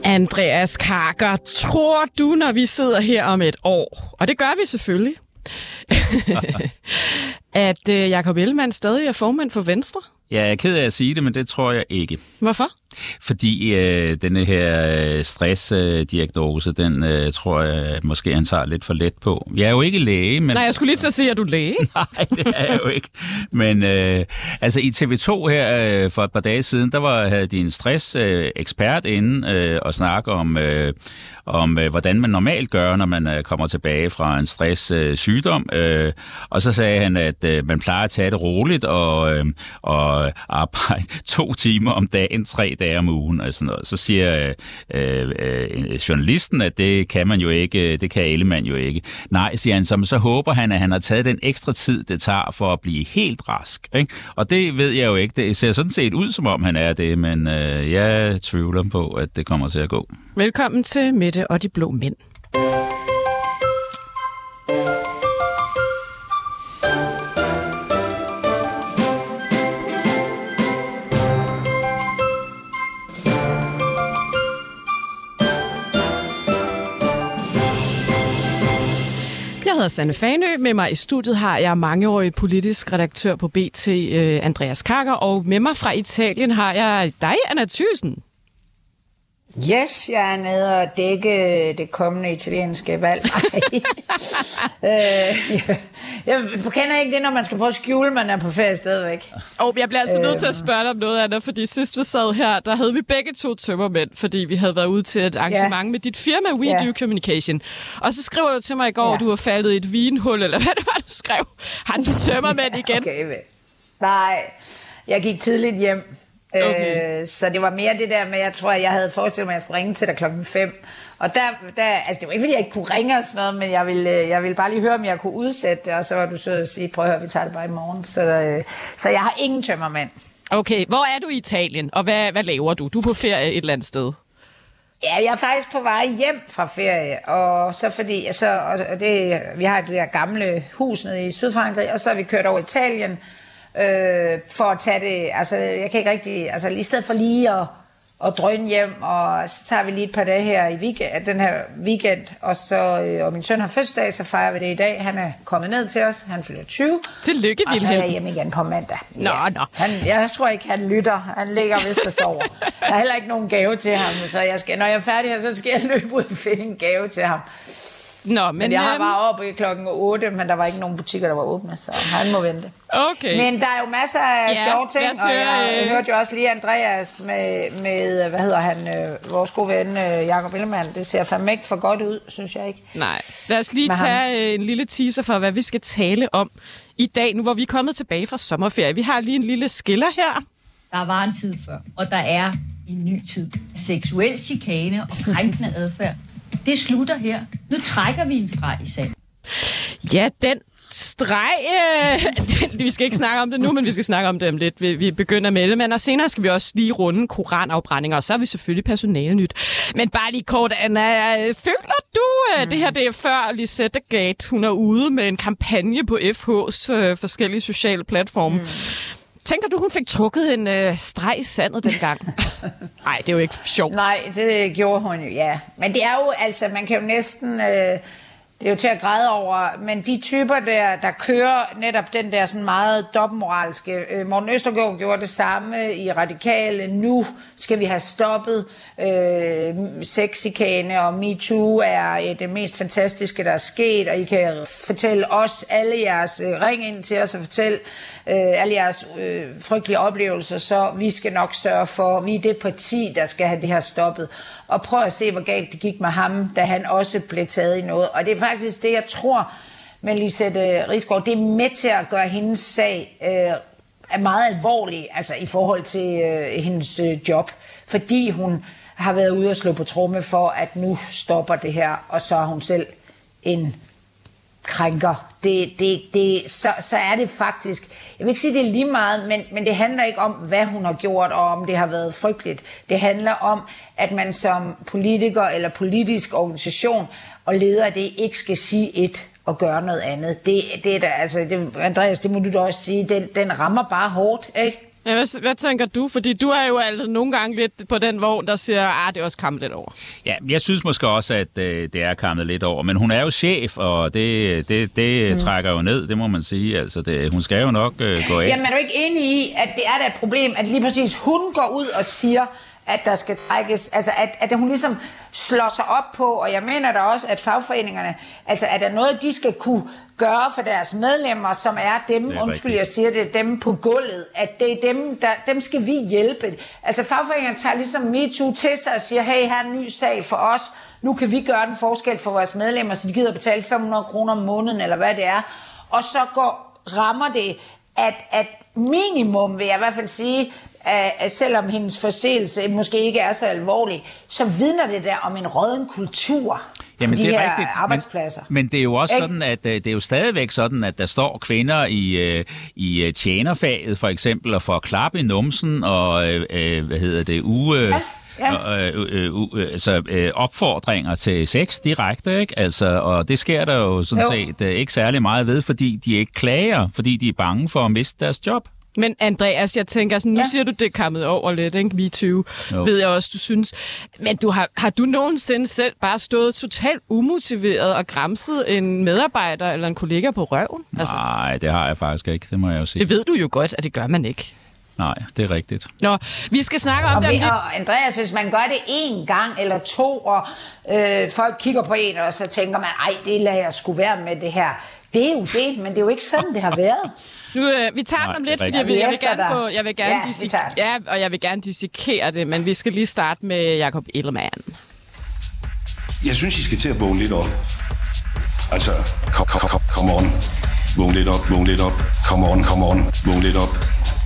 Andreas Karker, tror du, når vi sidder her om et år, og det gør vi selvfølgelig, at Jakob Ellemann stadig er formand for Venstre? Ja, jeg er ked af at sige det, men det tror jeg ikke. Hvorfor? Fordi denne her stressdiagnose, den tror jeg måske han tager lidt for let på. Jeg er jo ikke læge, men... Nej, jeg skulle lige så sige, at du er læge. Nej, det er jeg jo ikke. Men altså i TV2 her for et par dage siden, havde de en stressekspert inde og snakke om hvordan man normalt gør, når man kommer tilbage fra en stresssygdom. Og så sagde han, at man plejer at tage det roligt og arbejde 2 timer om dagen, 3 dage om ugen og sådan noget. Så siger journalisten, at det kan man jo ikke, det kan Ellemann jo ikke. Nej, siger han, så håber han, at han har taget den ekstra tid, det tager for at blive helt rask. Ikke? Og det ved jeg jo ikke. Det ser sådan set ud, som om han er det, men jeg tvivler på, at det kommer til at gå. Velkommen til Mette og de blå mænd. Jeg hedder Sanne Fanø. Med mig i studiet har jeg mangeårig politisk redaktør på BT, Andreas Karker, og med mig fra Italien har jeg dig, Anna Thyssen. Yes, jeg er nede og dække det kommende italienske valg. Jeg kender ikke det, når man skal prøve at skjule, man er på ferie stadigvæk. Jeg bliver altså nødt til at spørge dig om noget, Anna, fordi sidst vi sad her, der havde vi begge 2 tømmermænd, fordi vi havde været ude til et arrangement med dit firma, We Do Communication. Og så skriver du til mig i går, at du har faldet i et vinhul, eller hvad det var, du skrev. Har du tømmermænd igen? Okay, nej, jeg gik tidligt hjem. Okay. Så det var mere det der med, jeg tror, jeg havde forestillet mig, at jeg skulle ringe til dig 5:00. Og der altså det var ikke, fordi jeg ikke kunne ringe og sådan noget, men jeg ville bare lige høre, om jeg kunne udsætte det, og så var du så at sige, prøv at høre, vi tager det bare i morgen. Så jeg har ingen tømmermand. Okay, hvor er du i Italien, og hvad laver du? Du er på ferie et eller andet sted. Ja, jeg er faktisk på vej hjem fra ferie, og så fordi, vi har det der gamle hus nede i Sydfrankrig, og så har vi kørt over Italien, for at tage det, altså jeg kan ikke rigtig, altså i stedet for lige at drøne hjem, og så tager vi lige et par dage her i den her weekend, og min søn har fødselsdag, så fejrer vi det i dag. Han er kommet ned til os, han fylder 20. Tillykke, og så er jeg hjemme igen på mandag. Nå. Jeg tror ikke, han lytter. Han ligger vist og sover. Der er heller ikke nogen gave til ham, så når jeg er færdig her, så skal jeg løbe ud og finde en gave til ham. Nå, men jeg har bare oppe klokken 8, men der var ikke nogen butikker, der var åbne, så han må vente. Okay. Men der er jo masser af sjove ting, og jeg hørte jo også lige Andreas med hvad hedder han, vores gode ven Jakob Ellemann. Det ser fandme ikke for godt ud, synes jeg ikke. Nej, lad os lige tage en lille teaser for, hvad vi skal tale om i dag, nu hvor vi er kommet tilbage fra sommerferie. Vi har lige en lille skiller her. Der var en tid før, og der er en ny tid. Seksuel chikane og krænkende adfærd. Det slutter her. Nu trækker vi en streg i sand. Ja, den streg... vi skal ikke snakke om det nu, men vi skal snakke om det om lidt. Vi begynder med Ellemann, og senere skal vi også lige runde koranafbrændinger, og så er vi selvfølgelig personalenyt. Men bare lige kort, Anna, føler du, det her det er før Lisette Gate, hun er ude med en kampagne på FH's forskellige sociale platforme. Tænker du, hun fik trukket en streg i sandet dengang? Nej, det er jo ikke sjovt. Nej, det gjorde hun jo, ja. Men det er jo, altså, man kan jo næsten... det er jo til at græde over, men de typer der kører netop den der sådan meget dobbeltmoralske. Morten Østergaard gjorde det samme i Radikale. Nu skal vi have stoppet sexchikane, og MeToo er det mest fantastiske, der er sket, og I kan fortælle os alle jeres ring ind til os og fortælle alle jeres frygtelige oplevelser, så vi skal nok sørge for, vi er det parti, der skal have det her stoppet. Og prøv at se, hvor galt det gik med ham, da han også blev taget i noget. Og det er faktisk det, jeg tror med Lisette Risgaard, det er med til at gøre hendes sag er meget alvorlig, altså i forhold til hendes job. Fordi hun har været ude og slå på tromme for, at nu stopper det her, og så er hun selv en krænker. Så er det faktisk, jeg vil ikke sige, det er lige meget, men det handler ikke om, hvad hun har gjort, og om det har været frygteligt. Det handler om, at man som politiker eller politisk organisation og leder af det ikke skal sige et og gøre noget andet. Det er da, altså, Andreas, det må du da også sige, den rammer bare hårdt, ikke? Hvad tænker du? Fordi du er jo altid nogle gange lidt på den vogn, der siger, det er også kammet lidt over. Ja, jeg synes måske også, at det er kammet lidt over. Men hun er jo chef, og det trækker jo ned, det må man sige. Altså, hun skal jo nok gå af. Jamen, er du ikke enig i, at det er da et problem, at lige præcis hun går ud og siger, at der skal trækkes, altså at hun ligesom slår sig op på, og jeg mener da også, at fagforeningerne, altså er der noget, de skal kunne gøre for deres medlemmer, som er dem, jeg siger det, dem på gulvet, at det er dem skal vi hjælpe. Altså fagforeningerne tager ligesom MeToo til sig og siger, hey, her er en ny sag for os, nu kan vi gøre en forskel for vores medlemmer, så de gider betale 500 kroner om måneden, eller hvad det er, og så rammer det, at minimum, vil jeg i hvert fald sige, at selvom hendes forseelse måske ikke er så alvorlig, så vidner det der om en rådden kultur på de her arbejdspladser. Men det er jo også sådan, at det er jo stadigvæk sådan, at der står kvinder i tjenerfaget for eksempel, og får klap i numsen, og opfordringer til sex direkte, ikke? Altså, og det sker der jo sådan set ikke særlig meget ved, fordi de ikke klager, fordi de er bange for at miste deres job. Men Andreas, jeg tænker sådan, nu siger du, det er kommet over lidt, ikke? MeToo, ved jeg også, du synes. Men har du nogensinde selv bare stået totalt umotiveret og gramset en medarbejder eller en kollega på røven? Altså, nej, det har jeg faktisk ikke, det må jeg jo sige. Det ved du jo godt, at det gør man ikke. Nej, det er rigtigt. Nå, vi skal snakke om det. Og Andreas, hvis man gør det 1 gang eller 2, og folk kigger på en, og så tænker man, det lader jeg sgu være med det her. Det er jo det, men det er jo ikke sådan, det har været. Nu, vi tager dem lidt, fordi jeg vil gerne dissekere det, men vi skal lige starte med Jakob Ellemann. Jeg synes, I skal til at vågne lidt op. Altså, come on. Vågne lidt op, vågne lidt op. Come on, vågne lidt op.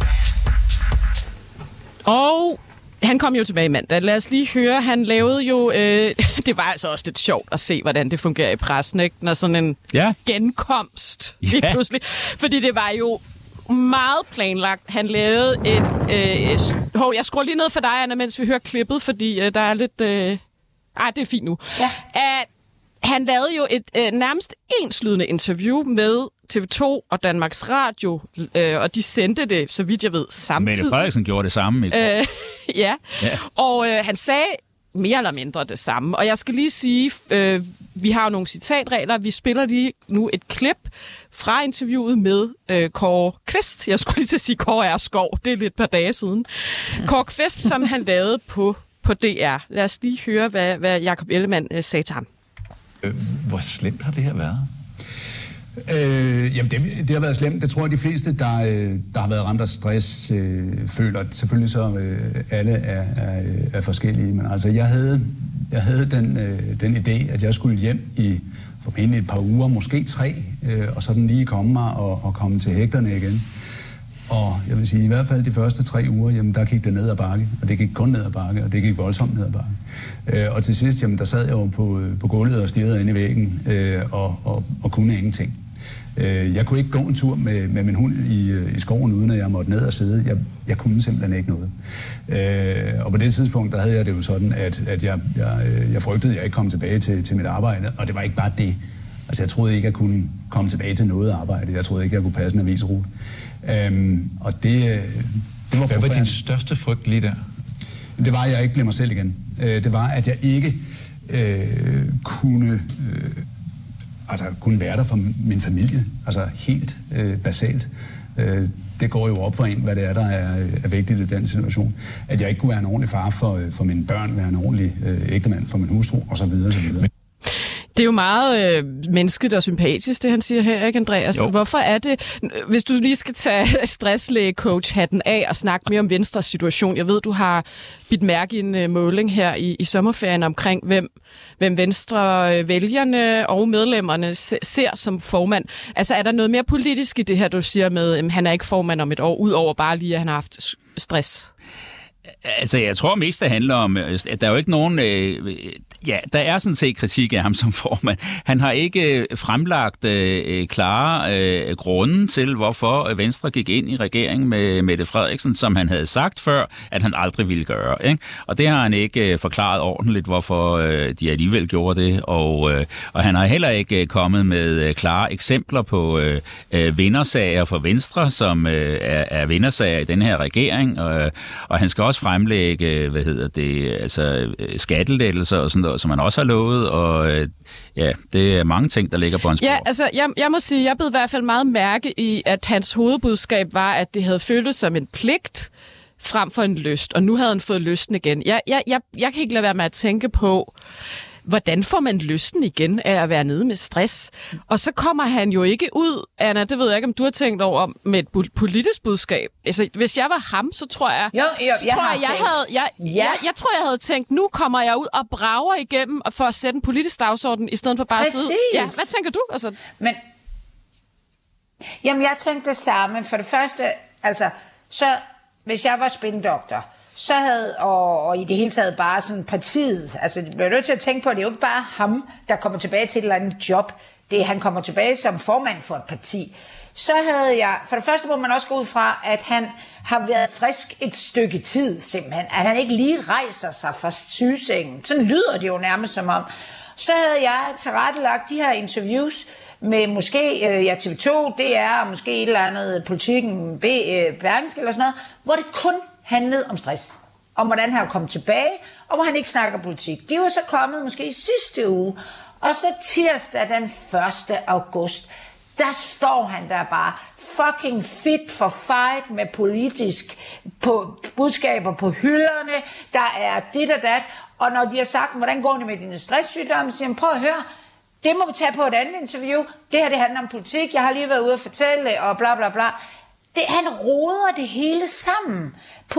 Og han kom jo tilbage i mandag. Lad os lige høre. Han lavede jo... det var altså også lidt sjovt at se, hvordan det fungerer i pressen, ikke? Når sådan en genkomst lige pludselig. Fordi det var jo meget planlagt. Han lavede et... jeg skruer lige ned for dig, Anna, mens vi hører klippet, fordi der er lidt... det er fint nu. Ja. Han lavede jo et nærmest enslydende interview med TV2 og Danmarks Radio, og de sendte det, så vidt jeg ved, samtidig. Mette Frederiksen gjorde det samme. Ja, og han sagde mere eller mindre det samme. Og jeg skal lige sige, vi har jo nogle citatregler. Vi spiller lige nu et klip fra interviewet med Kåre Kvist. Jeg skulle lige til at sige Kåre er skov. Det er lidt par dage siden. Kåre Kvist, som han lavede på DR. Lad os lige høre, hvad Jakob Ellemann sagde til ham. Hvor slemt har det her været? Jamen, det har været slemt. Det tror jeg, de fleste, der har været ramt af stress, føler. Selvfølgelig så alle er forskellige. Men altså, jeg havde den idé, at jeg skulle hjem i formentlig et par uger, måske 3, og sådan lige komme mig og komme til hægterne igen. Og jeg vil sige, i hvert fald de første 3 uger, jamen der gik det ned ad bakke, og det gik kun ned ad bakke, og det gik voldsomt ned ad bakke. Og til sidst, jamen der sad jeg jo på gulvet og stirrede ind i væggen, og kunne ingenting. Jeg kunne ikke gå en tur med min hund i skoven, uden at jeg måtte ned og sidde. Jeg kunne simpelthen ikke noget. Og på det tidspunkt, der havde jeg det jo sådan, at jeg frygtede, at jeg ikke kom tilbage til mit arbejde, og det var ikke bare det. Altså jeg troede ikke, at jeg kunne komme tilbage til noget arbejde. Jeg troede ikke, at jeg kunne passe en avisrute. Og det var Hvad var din største frygt lige der? Det var, at jeg ikke blev mig selv igen. Det var, at jeg ikke kunne være der for min familie. Altså helt basalt. Det går jo op for en, hvad det er, der er vigtigt i den situation. At jeg ikke kunne være en ordentlig far for mine børn, være en ordentlig ægtemand for min hustru, osv. Det er jo meget menneskeligt og sympatisk, det han siger her, ikke Andreas? Jo. Hvorfor er det, hvis du lige skal tage stresslægecoach-hatten af og snakke mere om Venstres situation. Jeg ved, du har bidt mærke i en måling her i sommerferien omkring, hvem Venstre vælgerne og medlemmerne ser som formand. Altså, er der noget mere politisk i det her, du siger med, at han er ikke formand om et år, udover bare lige, at han har haft stress? Altså, jeg tror mest, det handler om, at der er jo ikke nogen Ja, der er sådan set kritik af ham som formand. Han har ikke fremlagt klare grunde til, hvorfor Venstre gik ind i regeringen med Mette Frederiksen, som han havde sagt før, at han aldrig ville gøre. Ikke? Og det har han ikke forklaret ordentligt, hvorfor de alligevel gjorde det. Og han har heller ikke kommet med klare eksempler på vindersager for Venstre, som er vindersager i den her regering. Og han skal også fremlægge, skattelettelser og sådan noget, som man også har lovet, og det er mange ting, der ligger på hans bord. Ja, altså, jeg må sige, jeg blev i hvert fald meget mærke i, at hans hovedbudskab var, at det havde føltes som en pligt frem for en lyst, og nu havde han fået lysten igen. Jeg kan ikke lade være med at tænke på, hvordan får man lysten igen af at være nede med stress? Og så kommer han jo ikke ud, Anna, det ved jeg ikke, om du har tænkt over, med et politisk budskab. Altså, hvis jeg var ham, så tror jeg... Jeg tror, jeg havde tænkt, nu kommer jeg ud og brager igennem for at sætte en politisk dagsorden, i stedet for bare at sidde... Ja, hvad tænker du? Altså... Jamen, jeg tænkte det samme. For det første, altså, så hvis jeg var spindoktor, så havde, og i det hele taget bare sådan partiet, altså det bliver nødt til at tænke på, at det er jo ikke bare ham, der kommer tilbage til et eller andet job, han kommer tilbage som formand for et parti. Så havde jeg, for det første må man også gå ud fra, at han har været frisk et stykke tid simpelthen, at han ikke lige rejser sig fra sygesengen. Sådan lyder det jo nærmest som om. Så havde jeg tilrettelagt de her interviews med måske TV2, DR, og måske et eller andet Politikken, Berlingske eller sådan noget, hvor det kun handlede om stress, om hvordan han kom tilbage, og hvor han ikke snakker politik. De var så kommet måske i sidste uge, og så tirsdag den 1. august, der står han der bare fucking fit for fight med politisk budskaber på hylderne, der er dit og dat, og når de har sagt, hvordan går det med dine stresssygdomme, så siger han, prøv at høre, det må vi tage på et andet interview, det her det handler om politik, jeg har lige været ude at fortælle, og bla bla bla. Han roder det hele sammen.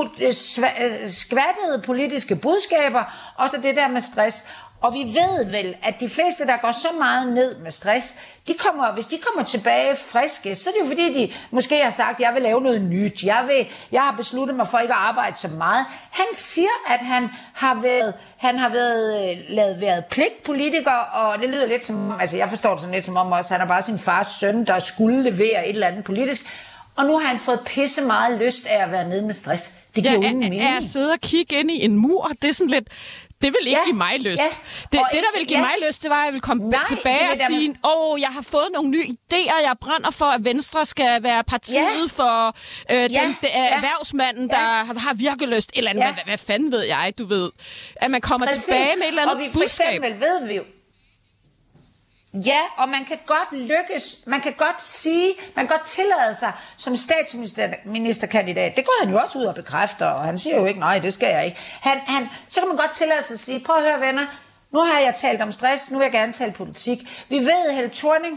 Skvattede politiske budskaber, og så det der med stress. Og vi ved vel, at de fleste, der går så meget ned med stress, hvis de kommer tilbage friske, så er det jo fordi, de måske har sagt, at jeg vil lave noget nyt. Jeg har besluttet mig for ikke at arbejde så meget. Han siger, at han har været pligtpolitiker, og det lyder lidt som, altså jeg forstår det sådan lidt som om også, han er bare sin fars søn, der skulle levere et eller andet politisk. Og nu har han fået pisse meget lyst af at være nede med stress. Det giver ingen mening. At sidde og kigge ind i en mur, det er sådan lidt... Det vil ikke give mig lyst. Det, der vil give mig lyst, det var, at jeg ville komme tilbage og sige, jeg har fået nogle nye idéer, jeg brænder for, at Venstre skal være partiet for erhvervsmanden, der har virkelyst. Eller andet, hvad fanden ved jeg, du ved. At man kommer tilbage med et eller andet budskab. For eksempel ved vi jo, ja, og man kan godt lykkes, man kan godt tillade sig som statsministerkandidat. Det går han jo også ud og bekræfter, og han siger jo ikke, nej, det skal jeg ikke. Så kan man godt tillade sig at sige, prøv at høre venner, nu har jeg talt om stress, nu vil jeg gerne tale politik. Vi ved, Helle Thorning,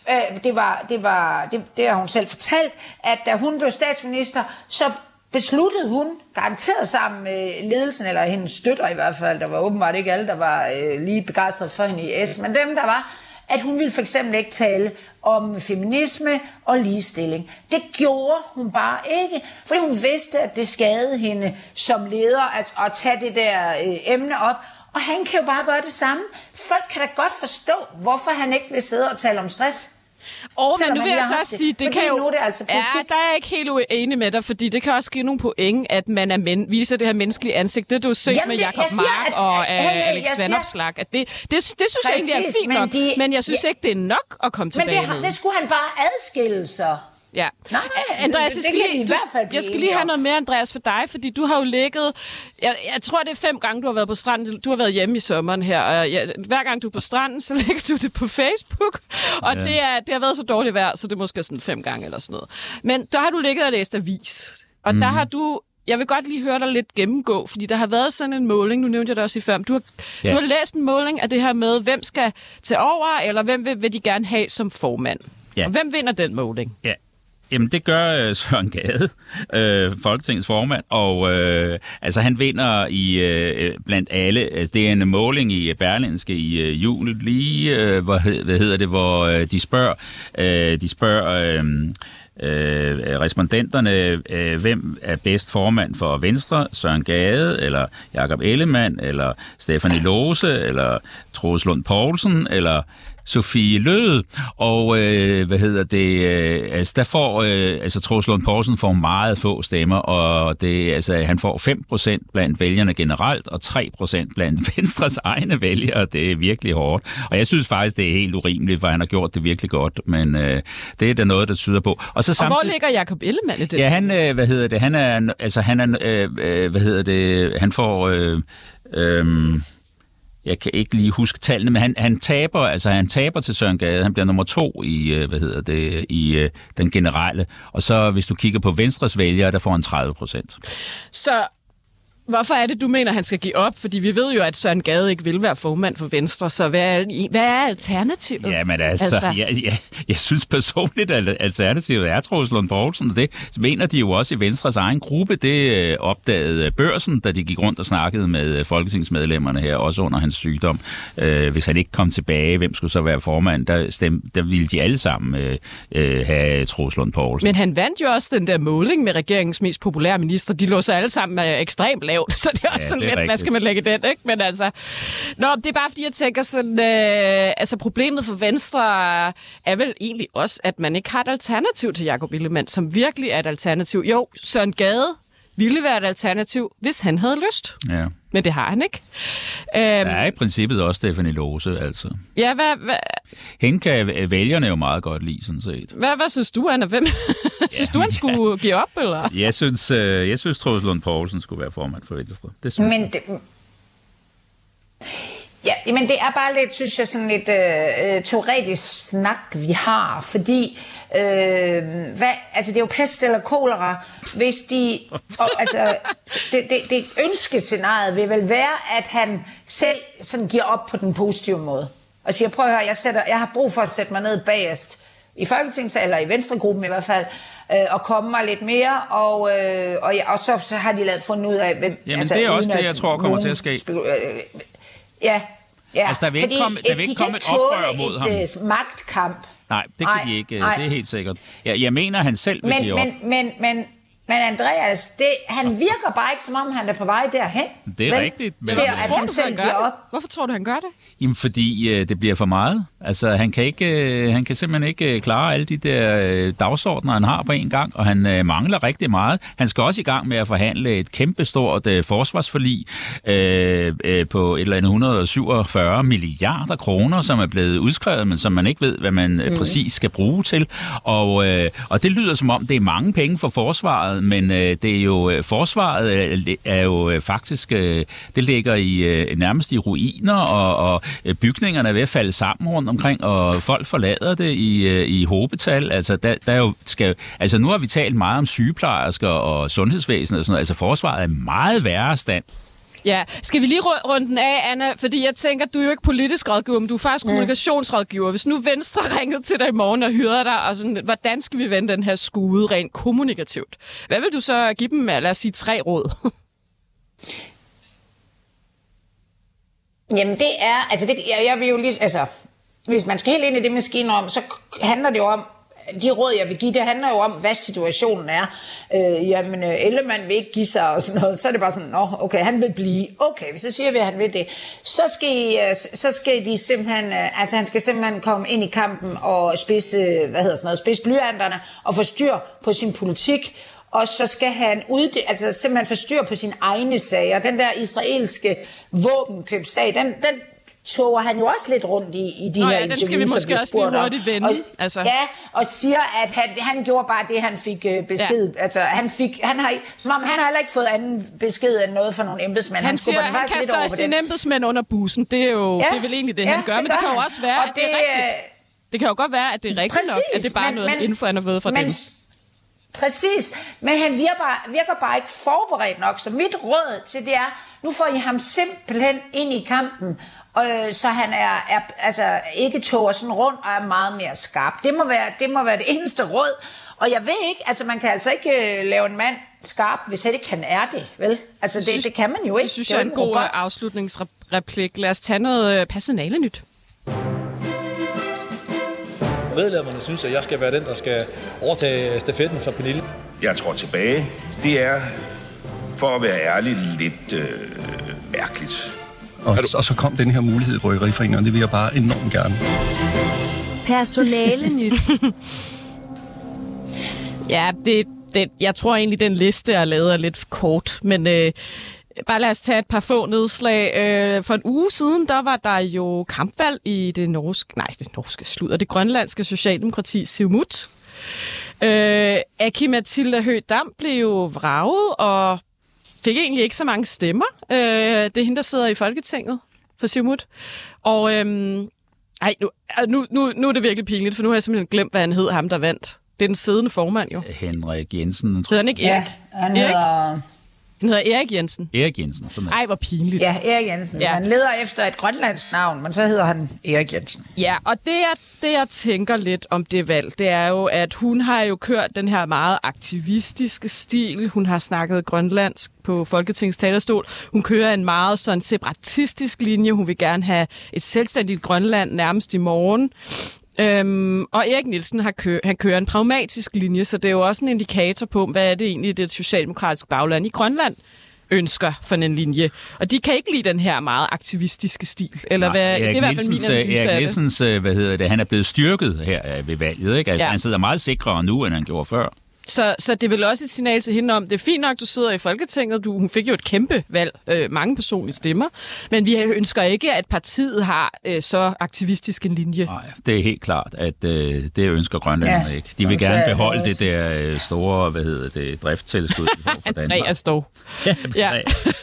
det har hun selv fortalt, at da hun blev statsminister, så besluttede hun, garanteret sammen med ledelsen, eller hendes støtter i hvert fald, der var åbenbart ikke alle, der var lige begejstret for hende i S, men dem, der var, at hun ville for eksempel ikke tale om feminisme og ligestilling. Det gjorde hun bare ikke, fordi hun vidste, at det skadede hende som leder at tage det der emne op. Og han kan jo bare gøre det samme. Folk kan da godt forstå, hvorfor han ikke vil sidde og tale om stress. Men nu vil jeg så også sige, det kan jo... Nu er det altså politik. Ja, der er jeg ikke helt uenig med dig, fordi det kan også give nogle point, at man viser det her menneskelige ansigt. Det du har set med Jacob Mark og Alex Vanopslagh. Det synes jeg egentlig er fint nok, men jeg synes ikke, det er nok at komme tilbage med. Men det skulle han bare adskille sig. Ja. Nej, Andreas, jeg skal lige have noget mere, Andreas, for dig, fordi du har jo ligget... Jeg tror, det er 5 gange, du har været på stranden. Du har været hjemme i sommeren her, og hver gang du er på stranden, så lægger du det på Facebook, og det har været så dårligt vejr, så det er måske sådan 5 gange eller sådan noget. Men der har du ligget og læst avis, og der har du... Jeg vil godt lige høre dig lidt gennemgå, fordi der har været sådan en måling, nu nævnte jeg det også i før, du har læst en måling af det her med, hvem skal tage over, eller hvem vil de gerne have som formand? Ja. Og hvem vinder den måling? Ja. Jamen, det gør Søren Gade, Folketingets formand, og altså han vinder i blandt alle. Altså, det er en måling i Berlingske i jul lige, hvor de spørger respondenterne, hvem er bedst formand for Venstre, Søren Gade, eller Jakob Ellemann, eller Stephanie Lose, eller Troels Lund Poulsen, eller Sofie Løhde, og der får Troels Lund Poulsen får meget få stemmer, og han får 5% blandt vælgerne generelt, og 3% blandt Venstres egne vælgere. Det er virkelig hårdt. Og jeg synes faktisk, det er helt urimeligt, for han har gjort det virkelig godt, men det er der noget, der tyder på. Og så hvor ligger Jakob Ellemann i det? Ja, han får jeg kan ikke lige huske tallene, men han taber til Søren Gade. Han bliver nummer 2 i i den generelle. Og så hvis du kigger på Venstres vælgere, der får han 30%. Så hvorfor er det, du mener, han skal give op? Fordi vi ved jo, at Søren Gade ikke vil være formand for Venstre, så hvad er alternativet? Jamen jeg synes personligt, at alternativet er Troels Lund Poulsen, og det mener de jo også i Venstres egen gruppe. Det opdagede Børsen, da de gik rundt og snakkede med folketingsmedlemmerne her, også under hans sygdom. Hvis han ikke kom tilbage, hvem skulle så være formand? Der ville de alle sammen have Troels Lund Poulsen. Men han vandt jo også den der måling med regeringens mest populære minister. De lå så alle sammen ekstremt lavt, så det er også sådan lidt, hvad skal man lægge den, ikke? Men altså, det er bare fordi, jeg tænker sådan, problemet for Venstre er vel egentlig også, at man ikke har et alternativ til Jakob Ellemann, som virkelig er et alternativ. Jo, Søren Gade ville være et alternativ, hvis han havde lyst. Ja. Men det har han ikke. Der er i princippet også Stephanie Lose, altså. Ja, hvad? Hende kan vælgerne jo meget godt lide, sådan set. Hvad synes du, Anna? Hvem? Synes du, han skulle give op, eller? Jeg synes Troels Lund Poulsen skulle være formand for Venstre. Det synes men det er bare lidt, synes jeg, sådan lidt teoretisk snak, vi har, fordi det er jo pest eller kolera, hvis det ønskescenariet vil vel være, at han selv sådan giver op på den positive måde, og siger, prøv at høre, jeg har brug for at sætte mig ned bagerst i Folketingssalen, eller i Venstregruppen i hvert fald, og komme mig lidt mere, og så har de fundet ud af, hvem... Jamen det er også det, jeg tror kommer til at ske. Ja, altså, der vil ikke komme et oprør mod ham. Et magtkamp. Nej, det kan de ikke. Nej. Det er helt sikkert. Jeg mener, han selv vil give op. Men Andreas, han virker bare ikke, som om han er på vej derhen. Det er rigtigt. Men hvorfor tror du, han gør det? Jamen, fordi det bliver for meget. Altså, han kan simpelthen ikke klare alle de der dagsordner, han har på en gang, og han mangler rigtig meget. Han skal også i gang med at forhandle et kæmpestort forsvarsforlig på et eller andet 147 milliarder kroner, som er blevet udskrevet, men som man ikke ved, hvad man præcis skal bruge til. Og det lyder som om, det er mange penge for forsvaret, men det er jo forsvaret er jo faktisk det ligger i nærmest i ruiner, og bygningerne er ved at falde sammen rundt omkring, og folk forlader det i hobetal. Altså der nu har vi talt meget om sygeplejersker og sundhedsvæsenet og sådan noget. Altså forsvaret er meget værre stand. Ja, skal vi lige runde den af, Anna? Fordi jeg tænker, du er jo ikke politisk rådgiver, men du er faktisk kommunikationsrådgiver. Hvis nu Venstre ringede til dig i morgen og hyrede dig, og sådan, hvordan skal vi vende den her skude rent kommunikativt? Hvad vil du så give dem, lad os sige, 3 råd? Jamen det er, jeg vil jo lige, hvis man skal helt ind i det maskine om, så handler det jo om, de råd, jeg vil give, det handler jo om, hvad situationen er. Ellemann vil ikke give sig og sådan noget. Så er det bare sådan, okay, han vil blive. Okay, så siger vi, at han vil det. Så skal de simpelthen, han skal simpelthen komme ind i kampen og spidse blyanterne og få styr på sin politik. Og så skal han simpelthen få styr på sine egne sager. Den der israelske våbenkøbssag, den tog han jo også lidt rundt i de her interviews, den skal vi måske også lige hurtigt vende. Og siger, at han gjorde bare det, han fik besked. Ja. Han har heller ikke fået anden besked end noget fra nogle embedsmænd. Han kaster sine embedsmænd under bussen. Det er jo det er vel egentlig det, han gør. Men det kan jo også være, at det er rigtigt. Det kan jo godt være, at det er rigtigt nok, at det er bare noget info, han har fået fra dem. Præcis, men han virker bare ikke forberedt nok. Så mit råd til det er, nu får I ham simpelthen ind i kampen, så han er ikke toger sådan rundt og er meget mere skarp. Det må være det eneste råd. Og jeg ved ikke, altså man kan altså ikke lave en mand skarp, hvis ikke han er det, vel? Altså det kan man jo ikke. Det synes jeg er en god afslutningsreplik. Lad os tage noget personalenyt. Medlemmerne synes, at jeg skal være den, der skal overtage stafetten fra Pernille. Jeg tror tilbage. Det er, for at være ærlig, lidt mærkeligt. Og så kom den her mulighed i Bryggeriforeningen, og det vil jeg bare enormt gerne. Personalenyt. Ja, jeg tror egentlig, den liste, jeg lavede, er lidt kort, men bare lad os tage et par få nedslag. For en uge siden, der var der jo kampvalg i det grønlandske socialdemokrati Siumut. Aki-Matilda Høegh-Dam blev jo vraget og fik egentlig ikke så mange stemmer. Det er hende, der sidder i Folketinget for Siumut. Og nu er det virkelig pinligt, for nu har jeg simpelthen glemt, hvad han hed, ham der vandt. Det er den siddende formand jo. Henrik Jensen. Hedder han ikke Erik? Ja, han hedder... Han hedder Erik Jensen. Erik Jensen. Sådan Ej, hvor pinligt. Ja, Erik Jensen. Ja. Han leder efter et grønlandsk navn, men så hedder han Erik Jensen. Ja, og det jeg tænker lidt om det valg, det er jo, at hun har jo kørt den her meget aktivistiske stil. Hun har snakket grønlandsk på Folketingets talerstol. Hun kører en meget sådan separatistisk linje. Hun vil gerne have et selvstændigt Grønland nærmest i morgen. Og Erik Nielsen han kører en pragmatisk linje, så det er jo også en indikator på, hvad er det egentlig, det socialdemokratiske bagland i Grønland ønsker for en linje. Og de kan ikke lide den her meget aktivistiske stil. Eller hvad? Det er i hvert fald min analyse af det. Erik Nielsens, han er blevet styrket her ved valget, ikke? Altså, ja. Han sidder meget sikrere nu, end han gjorde før. Så det er vel også et signal til hende om, det er fint nok, du sidder i Folketinget, hun fik jo et kæmpe valg, mange personlige stemmer, men vi ønsker ikke, at partiet har så aktivistisk en linje. Nej, det er helt klart, at det ønsker grønlænderne ikke. De vil gerne beholde det der store, driftstilskud fra Danmark. Andreas dog. Ja.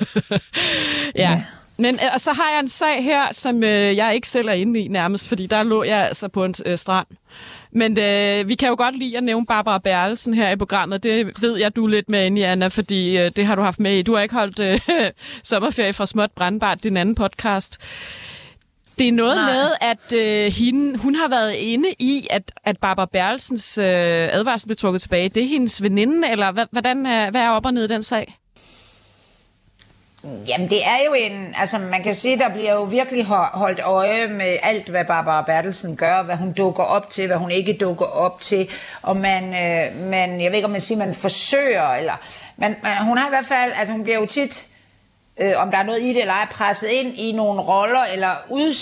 Ja. Men og så har jeg en sag her, som jeg ikke selv er inde i nærmest, fordi der lå jeg altså på en strand. Men vi kan jo godt lide at nævne Barbara Bertelsen her i programmet. Det ved jeg, du er lidt med inde i, Anna, fordi det har du haft med i. Du har ikke holdt sommerferie fra Småt Brandbart, din anden podcast. Det er noget med, at hun har været inde i, at Barbara Bertelsens advarsel blev trukket tilbage. Det er hendes veninde, eller hvad er op og ned i den sag? Jamen det er jo man kan sige, der bliver jo virkelig holdt øje med alt, hvad Barbara Bertelsen gør, hvad hun dukker op til, hvad hun ikke dukker op til, og man jeg ved ikke, om man siger, man forsøger, eller hun har i hvert fald, altså hun bliver jo tit, om der er noget i det eller ej, presset ind i nogle roller, eller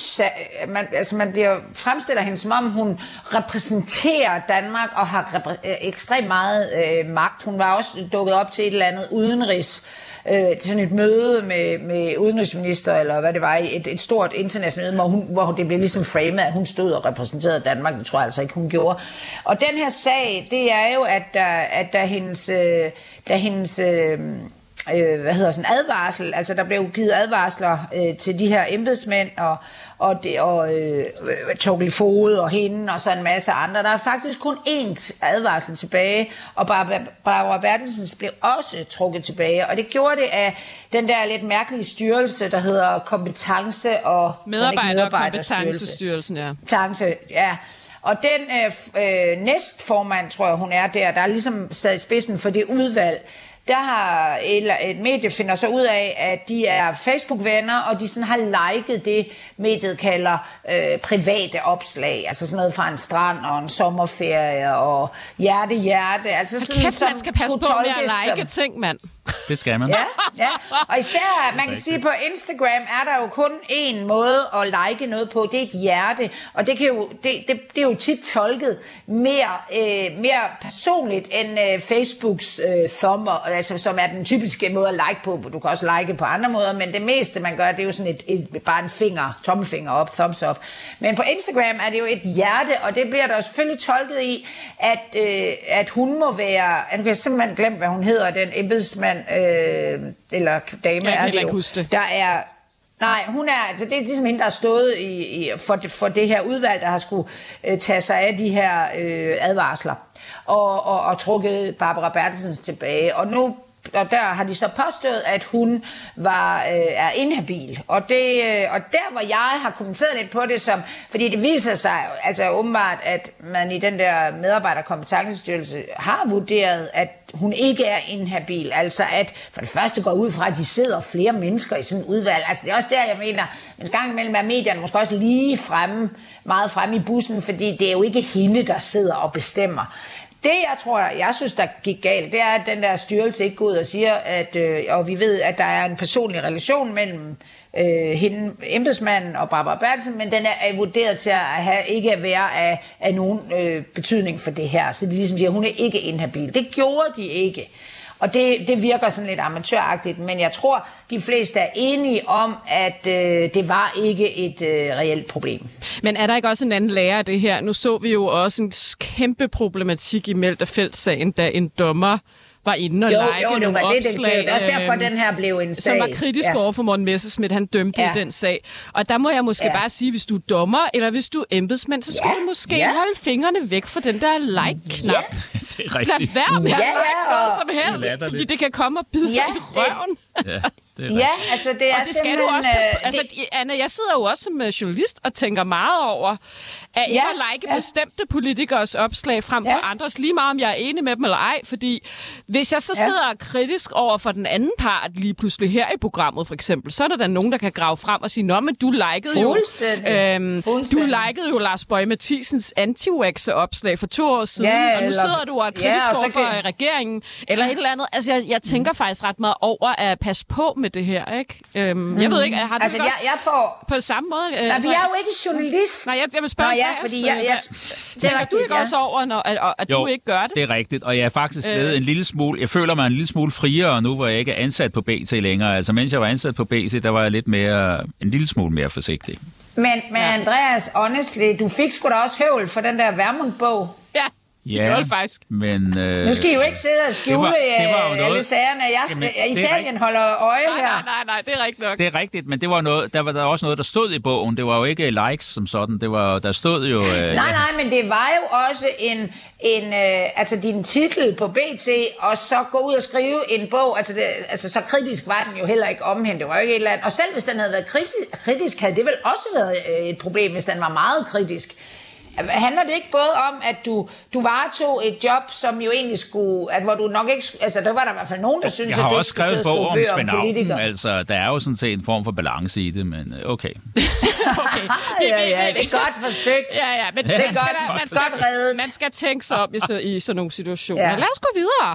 man fremstiller hende, som om hun repræsenterer Danmark, og har ekstremt meget magt. Hun var også dukket op til et eller andet udenrigs, sådan et møde med udenrigsminister, eller hvad det var, et stort internationalt møde, hvor det blev ligesom framet, at hun stod og repræsenterede Danmark. Det tror jeg altså ikke, hun gjorde. Og den her sag, det er jo, at da hendes advarsel, altså der blev givet advarsler til de her embedsmænd og Torkel Fod og hende og så en masse andre. Der er faktisk kun én advarsel tilbage, og Barbara Bertelsens blev også trukket tilbage, og det gjorde det af den der lidt mærkelige styrelse, der hedder Kompetence- og Medarbejderkompetence-styrelsen, ja. Ja. Og den næstformand, tror jeg hun er der ligesom sad i spidsen for det udvalg. Der har et medie finder så ud af, at de er Facebook-venner, og de sådan har liket det, mediet kalder private opslag. Altså sådan noget fra en strand og en sommerferie og hjerte. Altså sådan, kæft, man skal passe på med at like ting, mand. Det skal man. Ja. Og især, man kan sige, på Instagram er der jo kun én måde at like noget på. Det er et hjerte, og det er jo tit tolket mere personligt end Facebooks thumb, altså, som er den typiske måde at like på. Du kan også like på andre måder, men det meste, man gør, det er jo sådan bare en tommelfinger op, thumbs up. Men på Instagram er det jo et hjerte, og det bliver der jo selvfølgelig tolket i, at hun må være... Du kan simpelthen glemme, hvad hun hedder, den embedsmand, eller dame, er det jo. Der er... Nej, hun er, altså det er ligesom hende, der har stået for det her udvalg, der har skulle tage sig af de her advarsler, og trukket Barbara Bertelsens tilbage. Og nu og der har de så påstået, at hun er inhabil. Og der, hvor jeg har kommenteret lidt på det, fordi det viser sig altså åbenbart, at man i den der medarbejderkompetencestyrelse har vurderet, at hun ikke er inhabil. Altså at for det første går ud fra, at de sidder flere mennesker i sådan et udvalg. Altså det er også der, jeg mener, en gang imellem er medierne måske også lige meget fremme i bussen, fordi det er jo ikke hende, der sidder og bestemmer. Det, jeg synes, der gik galt, det er, at den der styrelse ikke går ud og siger, at, og vi ved, at der er en personlig relation mellem hende, embedsmanden og Barbara Bertelsen, men den er vurderet til at ikke at være af nogen betydning for det her. Så de ligesom siger, at hun er ikke inhabil. Det gjorde de ikke. Og det virker sådan lidt amatøragtigt, men jeg tror, de fleste er enige om, at det var ikke et reelt problem. Men er der ikke også en anden lærer af det her? Nu så vi jo også en kæmpe problematik i Melterfeldt-sagen, da en dommer var inde og like nogle opslag. Det er også derfor, den her blev en sag. Som var kritisk over for Morten Messerschmidt, han dømte i den sag. Og der må jeg måske bare sige, hvis du er dommer, eller hvis du er embedsmand, så skal du måske holde fingrene væk fra den der like-knap. Det er rigtigt. Lad være med at like noget som helst, fordi det kan komme og bide dig i røven. Altså det er og det skal du også altså, Anna, jeg sidder jo også som journalist og tænker meget over, at ikke at like bestemte politikers opslag frem for andres, lige meget om jeg er enig med dem eller ej, fordi hvis jeg så sidder kritisk over for den anden part lige pludselig her i programmet for eksempel, så er der nogen, der kan grave frem og sige, nå, men du likede jo Lars Boje Mathiesens anti-wax-opslag for 2 år siden, og nu sidder du og er kritisk over for regeringen, eller et eller andet. Altså, jeg tænker faktisk ret meget over at passe på med det her, ikke? Jeg ved ikke, har du altså, jeg får på samme måde? Nej, for jeg er jo ikke journalist. Nej, jeg vil spørge fordi jeg tænker du ikke også over, at du ikke gør det? Det er rigtigt, og jeg er faktisk blevet en lille smule, jeg føler mig en lille smule friere nu, hvor jeg ikke er ansat på BT længere. Altså, mens jeg var ansat på BT, der var jeg en lille smule mere forsigtig. Men Andreas, honestly, du fik sgu da også høvl for den der Vermund-bog. Ja, faktisk. Men, nu skal I jo ikke sidde og skjule alle sagerne. Italien holder øje her. Nej, det er rigtigt nok. Det er rigtigt, men det var noget, der var der også noget, der stod i bogen. Det var jo ikke likes som sådan. Der stod jo... Nej, men det var jo også altså din titel på BT, og så gå ud og skrive en bog. Altså så kritisk var den jo heller ikke om hende. Det var jo ikke et eller andet. Og selv hvis den havde været kritisk, havde det vel også været et problem, hvis den var meget kritisk. Handler det ikke både om, at du varetog et job, som jo egentlig skulle, hvor du nok ikke, altså der var der i hvert fald nogen, der synes, at det ikke skulle skrive bog om Svend Auken, altså der er jo sådan set en form for balance i det, men okay. Ja, det er godt forsøgt. Ja, men det er godt reddet. Man skal tænke sig om i sådan nogle situationer. Ja. Lad os gå videre.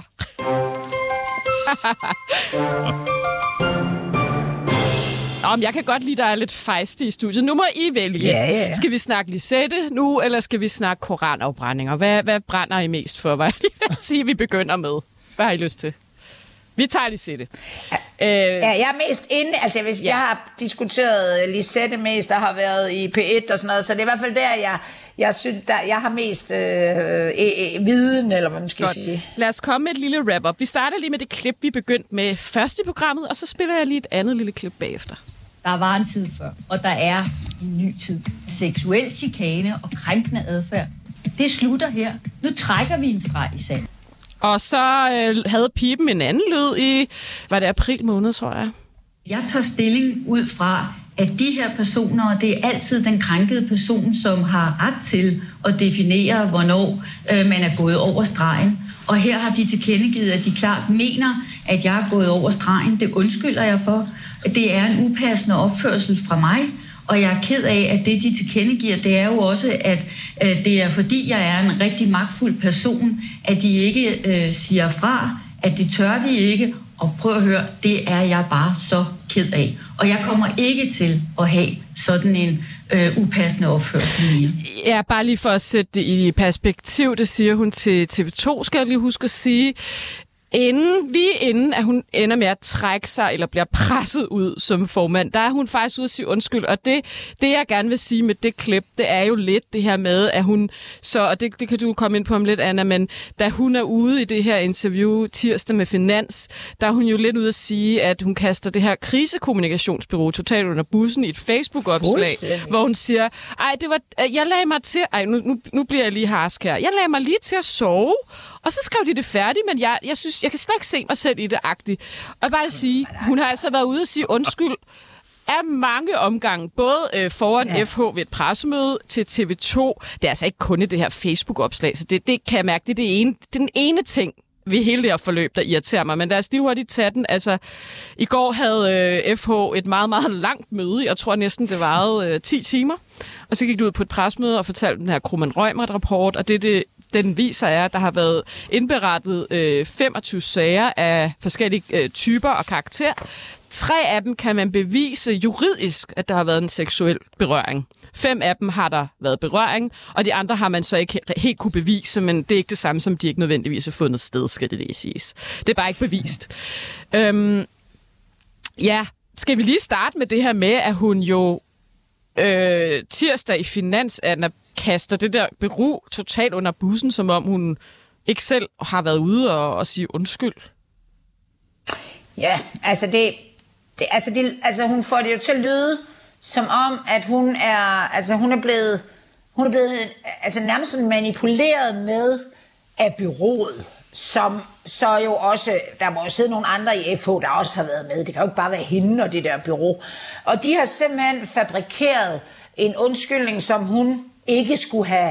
Jeg kan godt lide, der er lidt fejstig i studiet. Nu må I vælge. Ja. Skal vi snakke Lisette nu, eller skal vi snakke koranafbrændinger? Hvad brænder I mest for? Hvad vil sige, vi begynder med? Hvad har I lyst til? Vi tager Lisette. Jeg er mest inde, altså jeg har diskuteret Lisette mest, der har været i P1 og sådan noget, så det er i hvert fald der, jeg synes, jeg har mest viden, eller hvad man skal sige. Lad os komme med et lille wrap-up. Vi starter lige med det klip, vi begyndte med først i programmet, og så spiller jeg lige et andet lille klip bagefter. Der var en tid før, og der er en ny tid. Seksuel chikane og krænkende adfærd. Det slutter her. Nu trækker vi en streg i sand. Og så havde Piben en anden lyd i, var det april måned, tror jeg? Jeg tager stilling ud fra, at de her personer, det er altid den krænkede person, som har ret til at definere, hvornår man er gået over stregen. Og her har de tilkendegivet, at de klart mener, at jeg er gået over stregen. Det undskylder jeg for. Det er en upassende opførsel fra mig. Og jeg er ked af, at det, de tilkendegiver, det er jo også, at det er fordi, jeg er en rigtig magtfuld person, at de ikke siger fra, at det tør de ikke. Og prøv at høre, det er jeg bare så ked af. Og jeg kommer ikke til at have sådan en upassende opførsel mere. Ja, bare lige for at sætte det i perspektiv, det siger hun til TV2, skal jeg lige huske at sige. Lige inden, at hun ender med at trække sig, eller bliver presset ud som formand, der er hun faktisk ude at sige undskyld. Og det jeg gerne vil sige med det klip, det er jo lidt det her med, at hun så, og det kan du komme ind på om lidt, Anna, men da hun er ude i det her interview tirsdag med Finans, der er hun jo lidt ude at sige, at hun kaster det her krisekommunikationsbureau totalt under bussen i et Facebook-opslag, hvor hun siger, jeg lagde mig til, nu bliver jeg lige harsk her, jeg lagde mig lige til at sove, og så skrev de det færdigt, men jeg synes, jeg kan slet ikke se mig selv i det-agtigt. Og jeg bare sige, hun har altså været ude og sige undskyld af mange omgange, både foran FH ved et pressemøde til TV2. Det er altså ikke kun i det her Facebook-opslag, så det kan jeg mærke, det er den ene ting ved hele det her forløb, der irriterer mig. Men lad os lige hurtigt tage den. Altså, i går havde FH et meget, meget langt møde. Jeg tror næsten, det varede 10 timer. Og så gik du ud på et pressemøde og fortalte den her Kromann-Reumert-rapport, og den viser er, at der har været indberettet 25 sager af forskellige typer og karakter. 3 af dem kan man bevise juridisk, at der har været en seksuel berøring. 5 af dem har der været berøring, og de andre har man så ikke helt kunne bevise, men det er ikke det samme, som de ikke nødvendigvis har fundet sted, skal det lige siges. Det er bare ikke bevist. Skal vi lige starte med det her med, at hun jo tirsdag i Finans, Anna, kaster det der Beru totalt under bussen, som om hun ikke selv har været ude og sige undskyld. Ja, altså hun får det jo til at lyde som om, at hun er blevet nærmest sådan manipuleret med af bureauet, som så jo også, der må jo sidde nogle andre i FH, der også har været med. Det kan jo ikke bare være hende og det der bureau. Og de har simpelthen fabrikeret en undskyldning, som hun ikke skulle have,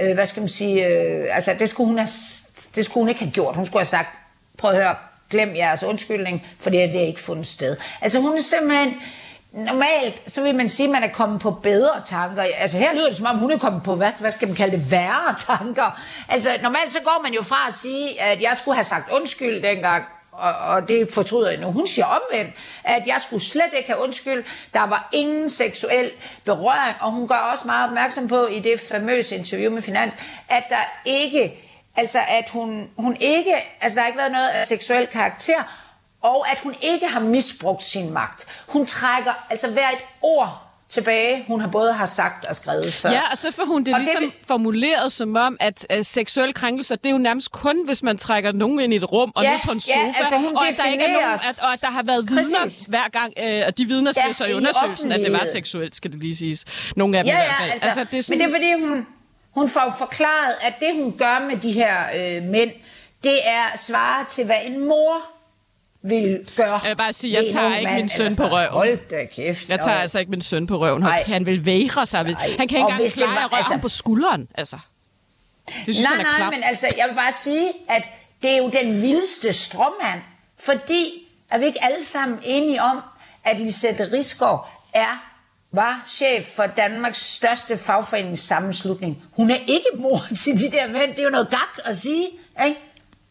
det skulle hun ikke have gjort. Hun skulle have sagt, prøv at høre, glem jeres undskyldning, for det er ikke fundet sted. Altså hun er simpelthen, normalt, så vil man sige, at man er kommet på bedre tanker. Altså her lyder det som om, hun er kommet på, hvad skal man kalde det, værre tanker. Altså normalt så går man jo fra at sige, at jeg skulle have sagt undskyld dengang, og det fortryder jeg nu. Hun siger omvendt, at jeg skulle slet ikke have undskyld. Der var ingen seksuel berøring, og hun gør også meget opmærksom på i det famøse interview med Finans, at der ikke, altså at hun ikke, altså der har ikke været noget af seksuel karakter, og at hun ikke har misbrugt sin magt. Hun trækker altså hvert et ord tilbage, hun har både har sagt og skrevet før. Ja, og så får hun det og ligesom formuleret som om, at seksuelle krænkelser, det er jo nærmest kun, hvis man trækker nogen ind i et rum og ned på en sofa, altså og at der ikke er nogen, og at der har været vidner hver gang, og de vidner siger så i undersøgelsen, at det var seksuelt, skal det lige siges. Nogle af dem i hvert fald. Altså, det er sådan... Men det er fordi, hun får forklaret, at det hun gør med de her mænd, det er svaret til, hvad en mor vil gøre. Jeg vil bare sige, jeg tager ikke min søn på røven. Hold da kæft. Jeg tager altså ikke min søn på røven. Han vil vægre sig. Han kan ikke engang klare at røre ham på skulderen. Altså. Det synes jeg er klart. Men altså, jeg vil bare sige, at det er jo den vildeste stråmand, fordi er vi ikke alle sammen enige om, at Lisette Risgaard var chef for Danmarks største fagforeningssammenslutning. Hun er ikke mor til de der mænd. Det er jo noget gak at sige, ikke?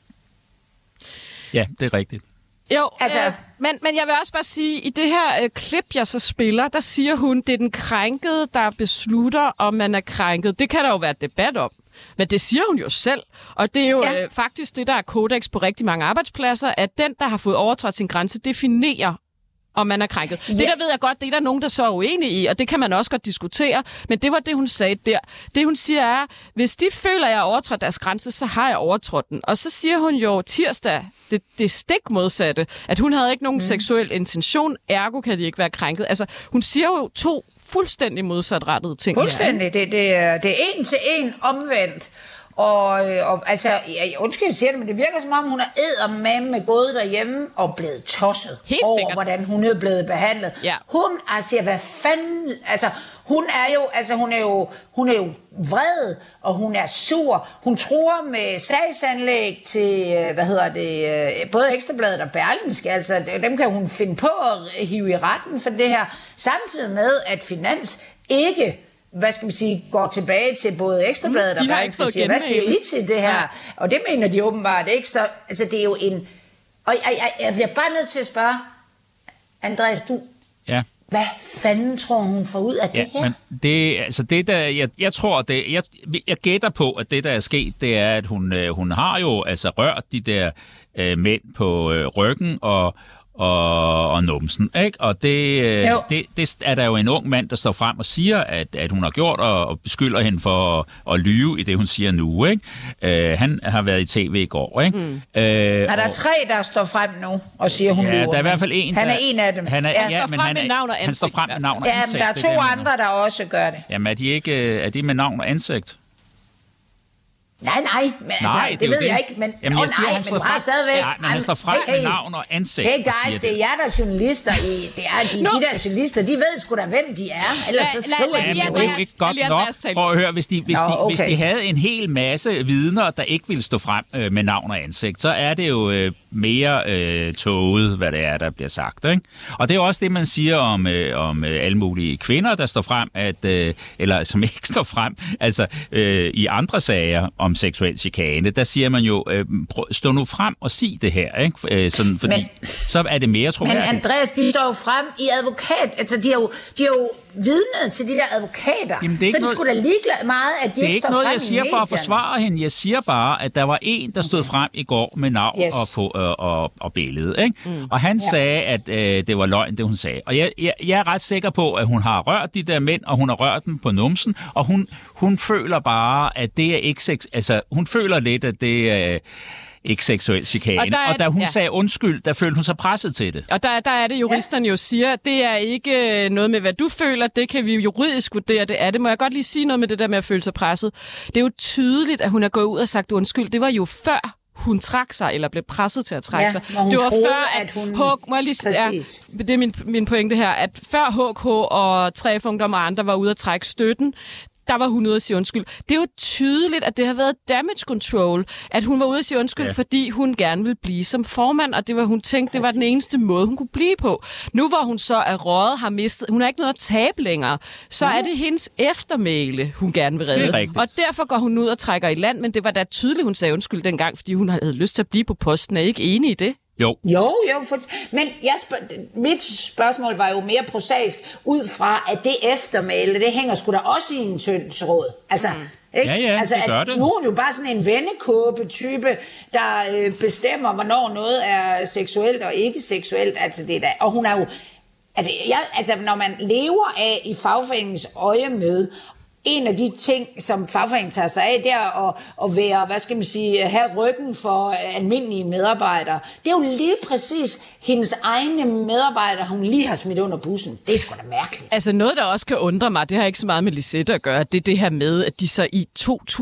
Ja, det er rigtigt. Jo, altså, men jeg vil også bare sige, i det her klip, jeg så spiller, der siger hun, det er den krænkede, der beslutter, om man er krænket. Det kan der jo være debat om. Men det siger hun jo selv, og det er jo faktisk det, der er kodex på rigtig mange arbejdspladser, at den, der har fået overtrådt sin grænse, definerer, om man er krænket. Ja. Det der ved jeg godt, det er der nogen, der så er uenige i, og det kan man også godt diskutere, men det var det, hun sagde der. Det hun siger er, hvis de føler, at jeg har overtrådt deres grænse, så har jeg overtrådt den. Og så siger hun jo tirsdag, det stik modsatte, at hun havde ikke nogen seksuel intention, ergo kan de ikke være krænket. Altså, hun siger jo 2 fuldstændig modsatrettede ting. Fuldstændig. Det er en til en omvendt. Og altså, undskyld, jeg siger det, men det virker som om, hun er eddermame gået derhjemme og blevet tosset over, hvordan hun er blevet behandlet. Ja. Hun, altså, hvad fanden, altså, hun er jo vred, og hun er sur. Hun truer med sagsanlæg til, både Ekstrabladet og Berlingske, altså, dem kan hun finde på at hive i retten for det her, samtidig med, at Finans ikke går tilbage til både Ekstrabladet og Berlingske og siger, hvad siger I til det her? Ja. Og det mener de åbenbart ikke, så altså det er jo en... Og jeg bliver bare nødt til at spørge, Andreas, hvad fanden tror hun får ud af det her? Men det, altså det der, jeg tror, jeg gætter på, at det der er sket, det er, at hun har jo altså rørt de der mænd på ryggen og numsen, ikke? Og det er der jo en ung mand, der står frem og siger, at hun har gjort, og beskylder hende for at lyve i det, hun siger nu, ikke? Han har været i tv i går, ikke? Der er 3, der står frem nu og siger, hun lyver. Der er i hvert fald en. Han er en af dem. Han står frem med navn og ansigt. Han står frem med navn og ansigt. Ja, men der er 2 andre, der også gør det. Jamen, er de med navn og ansigt? Nej, men altså, det ved jeg ikke. Men, jamen, jeg siger, han men du har stadigvæk... Ja, men han står frem med navn og ansigt. Hey guys, det er jer, der er journalister. De der journalister, de ved sgu da, hvem de er. Ellers så skriver de det er jo ikke godt nok. Prøv at høre, hvis de havde en hel masse vidner, der ikke ville stå frem med navn og ansigt, så er det jo mere tåget, hvad det er, der bliver sagt. Ikke? Og det er jo også det, man siger om alle mulige kvinder, der står frem, eller som ikke står frem, altså i andre sager om seksuel chikane, der siger man jo, stå nu frem og sig det her, ikke? Sådan, fordi så er det mere troværdigt. Men Andreas, de står jo frem i advokat, altså de er jo vidnet til de der advokater, jamen, så de skulle da ligeglade meget, at de ikke står frem i medierne. Det er ikke noget, jeg siger for at forsvare hende. Jeg siger bare, at der var en, der stod frem i går med navn og billede, ikke? Og han sagde, at det var løgn, det hun sagde. Og jeg er ret sikker på, at hun har rørt de der mænd, og hun har rørt dem på numsen, og hun føler bare, at det er ikke altså hun føler lidt, at det er ikke seksuel chikane. Og da hun sagde undskyld, der følte hun sig presset til det. Og der er det, juristerne jo siger, det er ikke noget med, hvad du føler, det kan vi juridisk vurdere, det er det. Må jeg godt lige sige noget med det der med at føle sig presset? Det er jo tydeligt, at hun er gået ud og sagt undskyld. Det var jo før hun trak sig, eller blev presset til at trække sig. Det var før, at hun... det er min pointe her, at før HK og Træfungdom og andre var ude at trække støtten, der var hun ude at sige undskyld. Det er jo tydeligt, at det har været damage control, at hun var ude at sige undskyld, fordi hun gerne ville blive som formand, og det var, hun tænkte, det var den eneste måde, hun kunne blive på. Nu hvor hun så er røget, har mistet, hun har ikke noget at tabe længere, så er det hendes eftermæle, hun gerne vil redde. Og derfor går hun ud og trækker i land, men det var da tydeligt, hun sagde undskyld dengang, fordi hun havde lyst til at blive på posten. Er I ikke enig i det? Jo, men mit spørgsmål var jo mere prosaisk, ud fra, at det eftermæle, det hænger sgu da også i en tønsråd. Altså, ikke? Ja, altså, det gør det. Nu er hun jo bare sådan en vennekåbe-type, der bestemmer, hvornår noget er seksuelt og ikke seksuelt. Altså, det der. Og hun er jo... Altså, når man lever af i fagforeningens øje med... En af de ting, som fagforeningen tager sig af, det er at være, have ryggen for almindelige medarbejdere. Det er jo lige præcis hendes egne medarbejdere, hun lige har smidt under bussen. Det er sgu da mærkeligt. Altså noget, der også kan undre mig, det har ikke så meget med Lisette at gøre, det er det her med, at de så i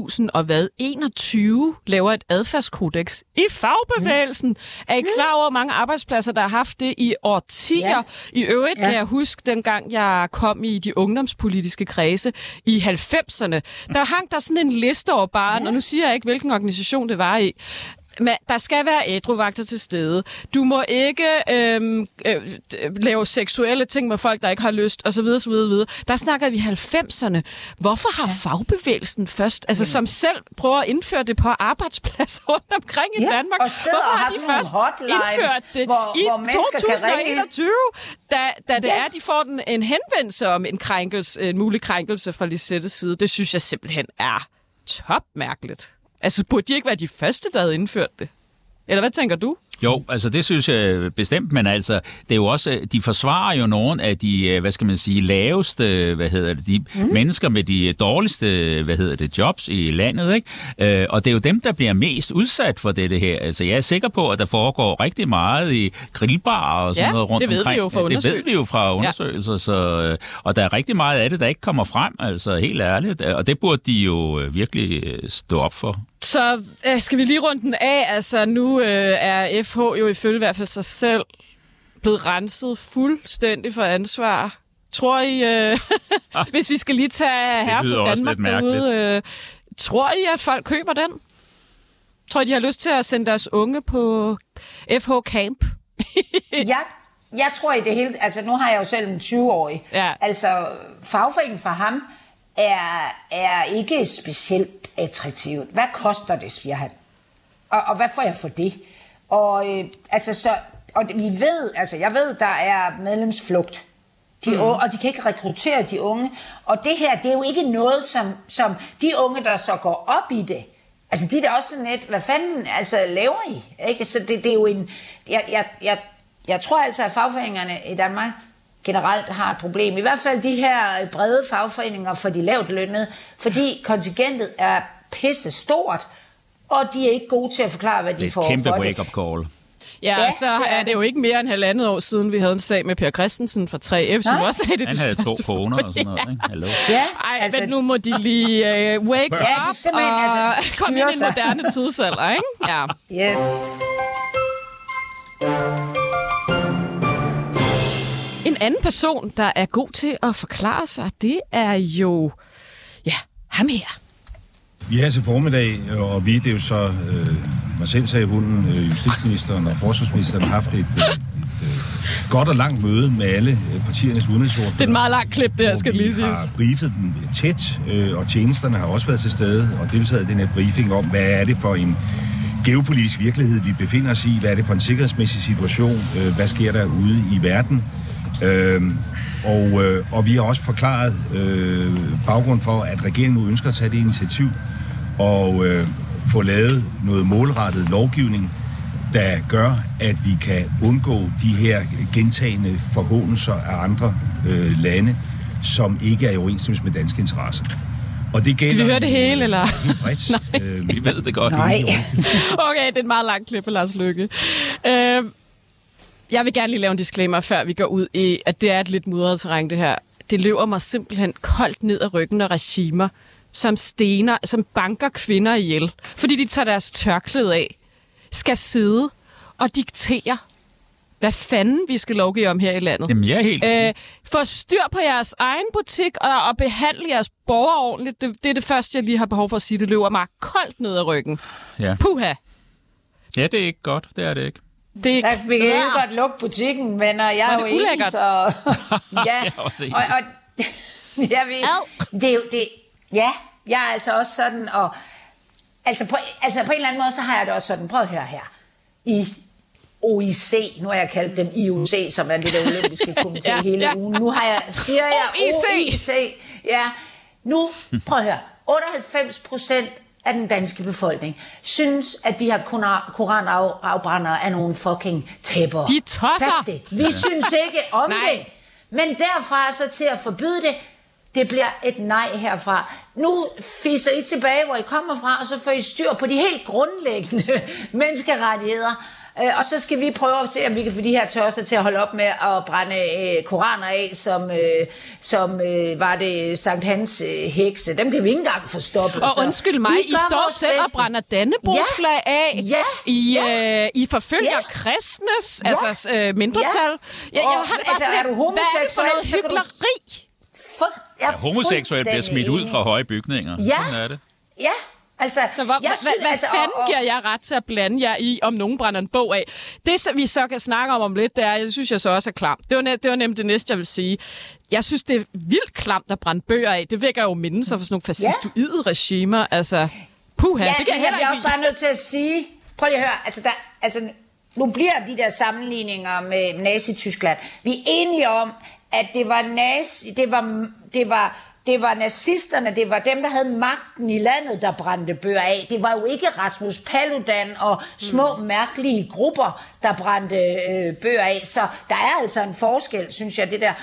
2021 laver et adfærdskodex i fagbevægelsen. Er I klar over mange arbejdspladser, der har haft det i årtier? Ja. I øvrigt kan jeg huske, dengang jeg kom i de ungdomspolitiske kredse i 90'erne, der hang der sådan en liste over baren, og nu siger jeg ikke, hvilken organisation det var i. Men der skal være ædruvagter til stede. Du må ikke lave seksuelle ting med folk, der ikke har lyst, osv. Der snakker vi 90'erne. Hvorfor har fagbevægelsen først, altså som selv prøver at indføre det på arbejdspladser rundt omkring i Danmark, hvorfor har de først indført det i 2021, da det er, de får en henvendelse om en mulig krænkelse fra Lisettes side? Det synes jeg simpelthen er topmærkeligt. Altså, burde de ikke være de første, der havde indført det? Eller hvad tænker du? Jo, altså det synes jeg bestemt, men altså det er jo også, de forsvarer jo nogle af de, laveste, mennesker med de dårligste, jobs i landet, ikke? Og det er jo dem, der bliver mest udsat for det her. Altså jeg er sikker på, at der foregår rigtig meget i grillbarer og sådan noget rundt omkring. Det ved vi jo fra undersøgelser. Det ved vi jo fra undersøgelser, så, og der er rigtig meget af det, der ikke kommer frem, altså helt ærligt. Og det burde de jo virkelig stå op for. Så skal vi lige runde den af. Altså nu er FH jo ifølge i hvert fald sig selv blevet renset fuldstændig for ansvar. Tror I, hvis vi skal lige tage her fra Danmark derude, tror I, at folk køber den? Tror I, de har lyst til at sende deres unge på FH Camp? Jeg tror i det hele... Altså nu har jeg jo selv en 20-årig. Ja. Altså fagforeningen for ham er ikke specielt attraktivt. Hvad koster det, siger han? Og hvad får jeg for det? Og vi ved, altså jeg ved, der er medlemsflugt. Og de kan ikke rekruttere de unge. Og det her, det er jo ikke noget, som de unge, der så går op i det. Altså de er da også sådan lidt, hvad fanden laver I? Ikke? Så det er jo en... Jeg tror altså, at fagforeningerne i Danmark generelt har et problem. I hvert fald de her brede fagforeninger for de lavt lønnede, fordi kontingentet er pisse stort, og de er ikke gode til at forklare, hvad de får for det. Det er et kæmpe wake-up call. Ja, og så er det jo ikke mere end 1,5 år siden, vi havde en sag med Per Christensen fra 3F, som også er det. Han havde 2 koner og sådan noget, ikke? Hallo. Ja, ej, altså, men nu må de lige wake up og komme ind i en moderne tidsalder, ikke? Ja. Yes. En anden person, der er god til at forklare sig, det er jo, ham her. Vi er til formiddag, og det er jo så mig selv, sagde hunden, justitsministeren og forsvarsministeren har haft et godt og langt møde med alle partiernes udenrigsordfører. Det er et meget langt klip, det her skal lige siges. Vi har briefet dem tæt, og tjenesterne har også været til stede og deltaget i den her briefing om, hvad er det for en geopolitisk virkelighed, vi befinder os i, hvad er det for en sikkerhedsmæssig situation, hvad sker der ude i verden. Og vi har også forklaret baggrund for, at regeringen nu ønsker at tage det initiativ og få lavet noget målrettet lovgivning, der gør, at vi kan undgå de her gentagende forhåndelser af andre lande, som ikke er i overensstemmelse med danske interesser. Og det gælder, skal vi høre det hele, eller? Helt bredt. Vi ved det godt. Nej. Okay, det er et meget langt klip af Lars Løkke. Jeg vil gerne lige lave en disclaimer, før vi går ud i, at det er et lidt mudret terræn, det her. Det løber mig simpelthen koldt ned ad ryggen af regimer, som banker kvinder ihjel, fordi de tager deres tørklæde af, skal sidde og diktere, hvad fanden vi skal lovgive om her i landet. Jamen, jeg er helt få styr på jeres egen butik og behandle jeres borgere ordentligt. Det er det første, jeg lige har behov for at sige. Det løber mig koldt ned ad ryggen. Ja. Puha. Ja, det er ikke godt. Det er det ikke. Vi kan jo godt lukke butikken, venner. Jeg er jo enig, så... ja, og jeg ved... Det er jo det... Ja, jeg er altså også sådan, og... Altså på en eller anden måde, så har jeg det også sådan. Prøv at høre her. I OIC, nu har jeg kaldt dem IOC, som er det der olympiske komité hele ugen. Nu siger jeg OIC. Ja, nu, prøv at høre. 98% af den danske befolkning synes, at de her koranafbrændere er nogle fucking tæpper. De tosser! Det. Vi synes ikke om det. Men derfra så til at forbyde det, det bliver et nej herfra. Nu fiser I tilbage, hvor I kommer fra, og så får I styr på de helt grundlæggende menneskerettigheder. Og så skal vi prøve at se, om vi kan få de her tørster til at holde op med at brænde koraner af, som var det Sankt Hans hekse. Dem kan vi ikke engang få stoppet. Og undskyld mig, I står selv og brænder Dannebrogsflag af. I forfølger kristnes, mindretal. Jeg har det bare sådan, er du homoseksuel? Hvad er det for noget hykleri? Homoseksuelle bliver smidt ud fra høje bygninger. Ja. Sådan er det. Ja. Altså, så hvad fanden giver jeg ret til at blande jer i, om nogen brænder en bog af? Det, vi så kan snakke om lidt, det er, det synes jeg så også er klamt. Det var nemlig det næste, jeg vil sige. Jeg synes, det er vildt klamt at brænde bøger af. Det vækker jo mindelser for sådan nogle fascistoide regimer. Altså, puha. Ja, det kan jeg bliver også bare nødt til at sige. Prøv lige at høre. Nu bliver de der sammenligninger med Nazi-Tyskland. Vi er enige om, at det var nazisterne, det var dem, der havde magten i landet, der brændte bøger af. Det var jo ikke Rasmus Paludan og små mærkelige grupper, der brændte bøger af. Så der er altså en forskel, synes jeg, det der.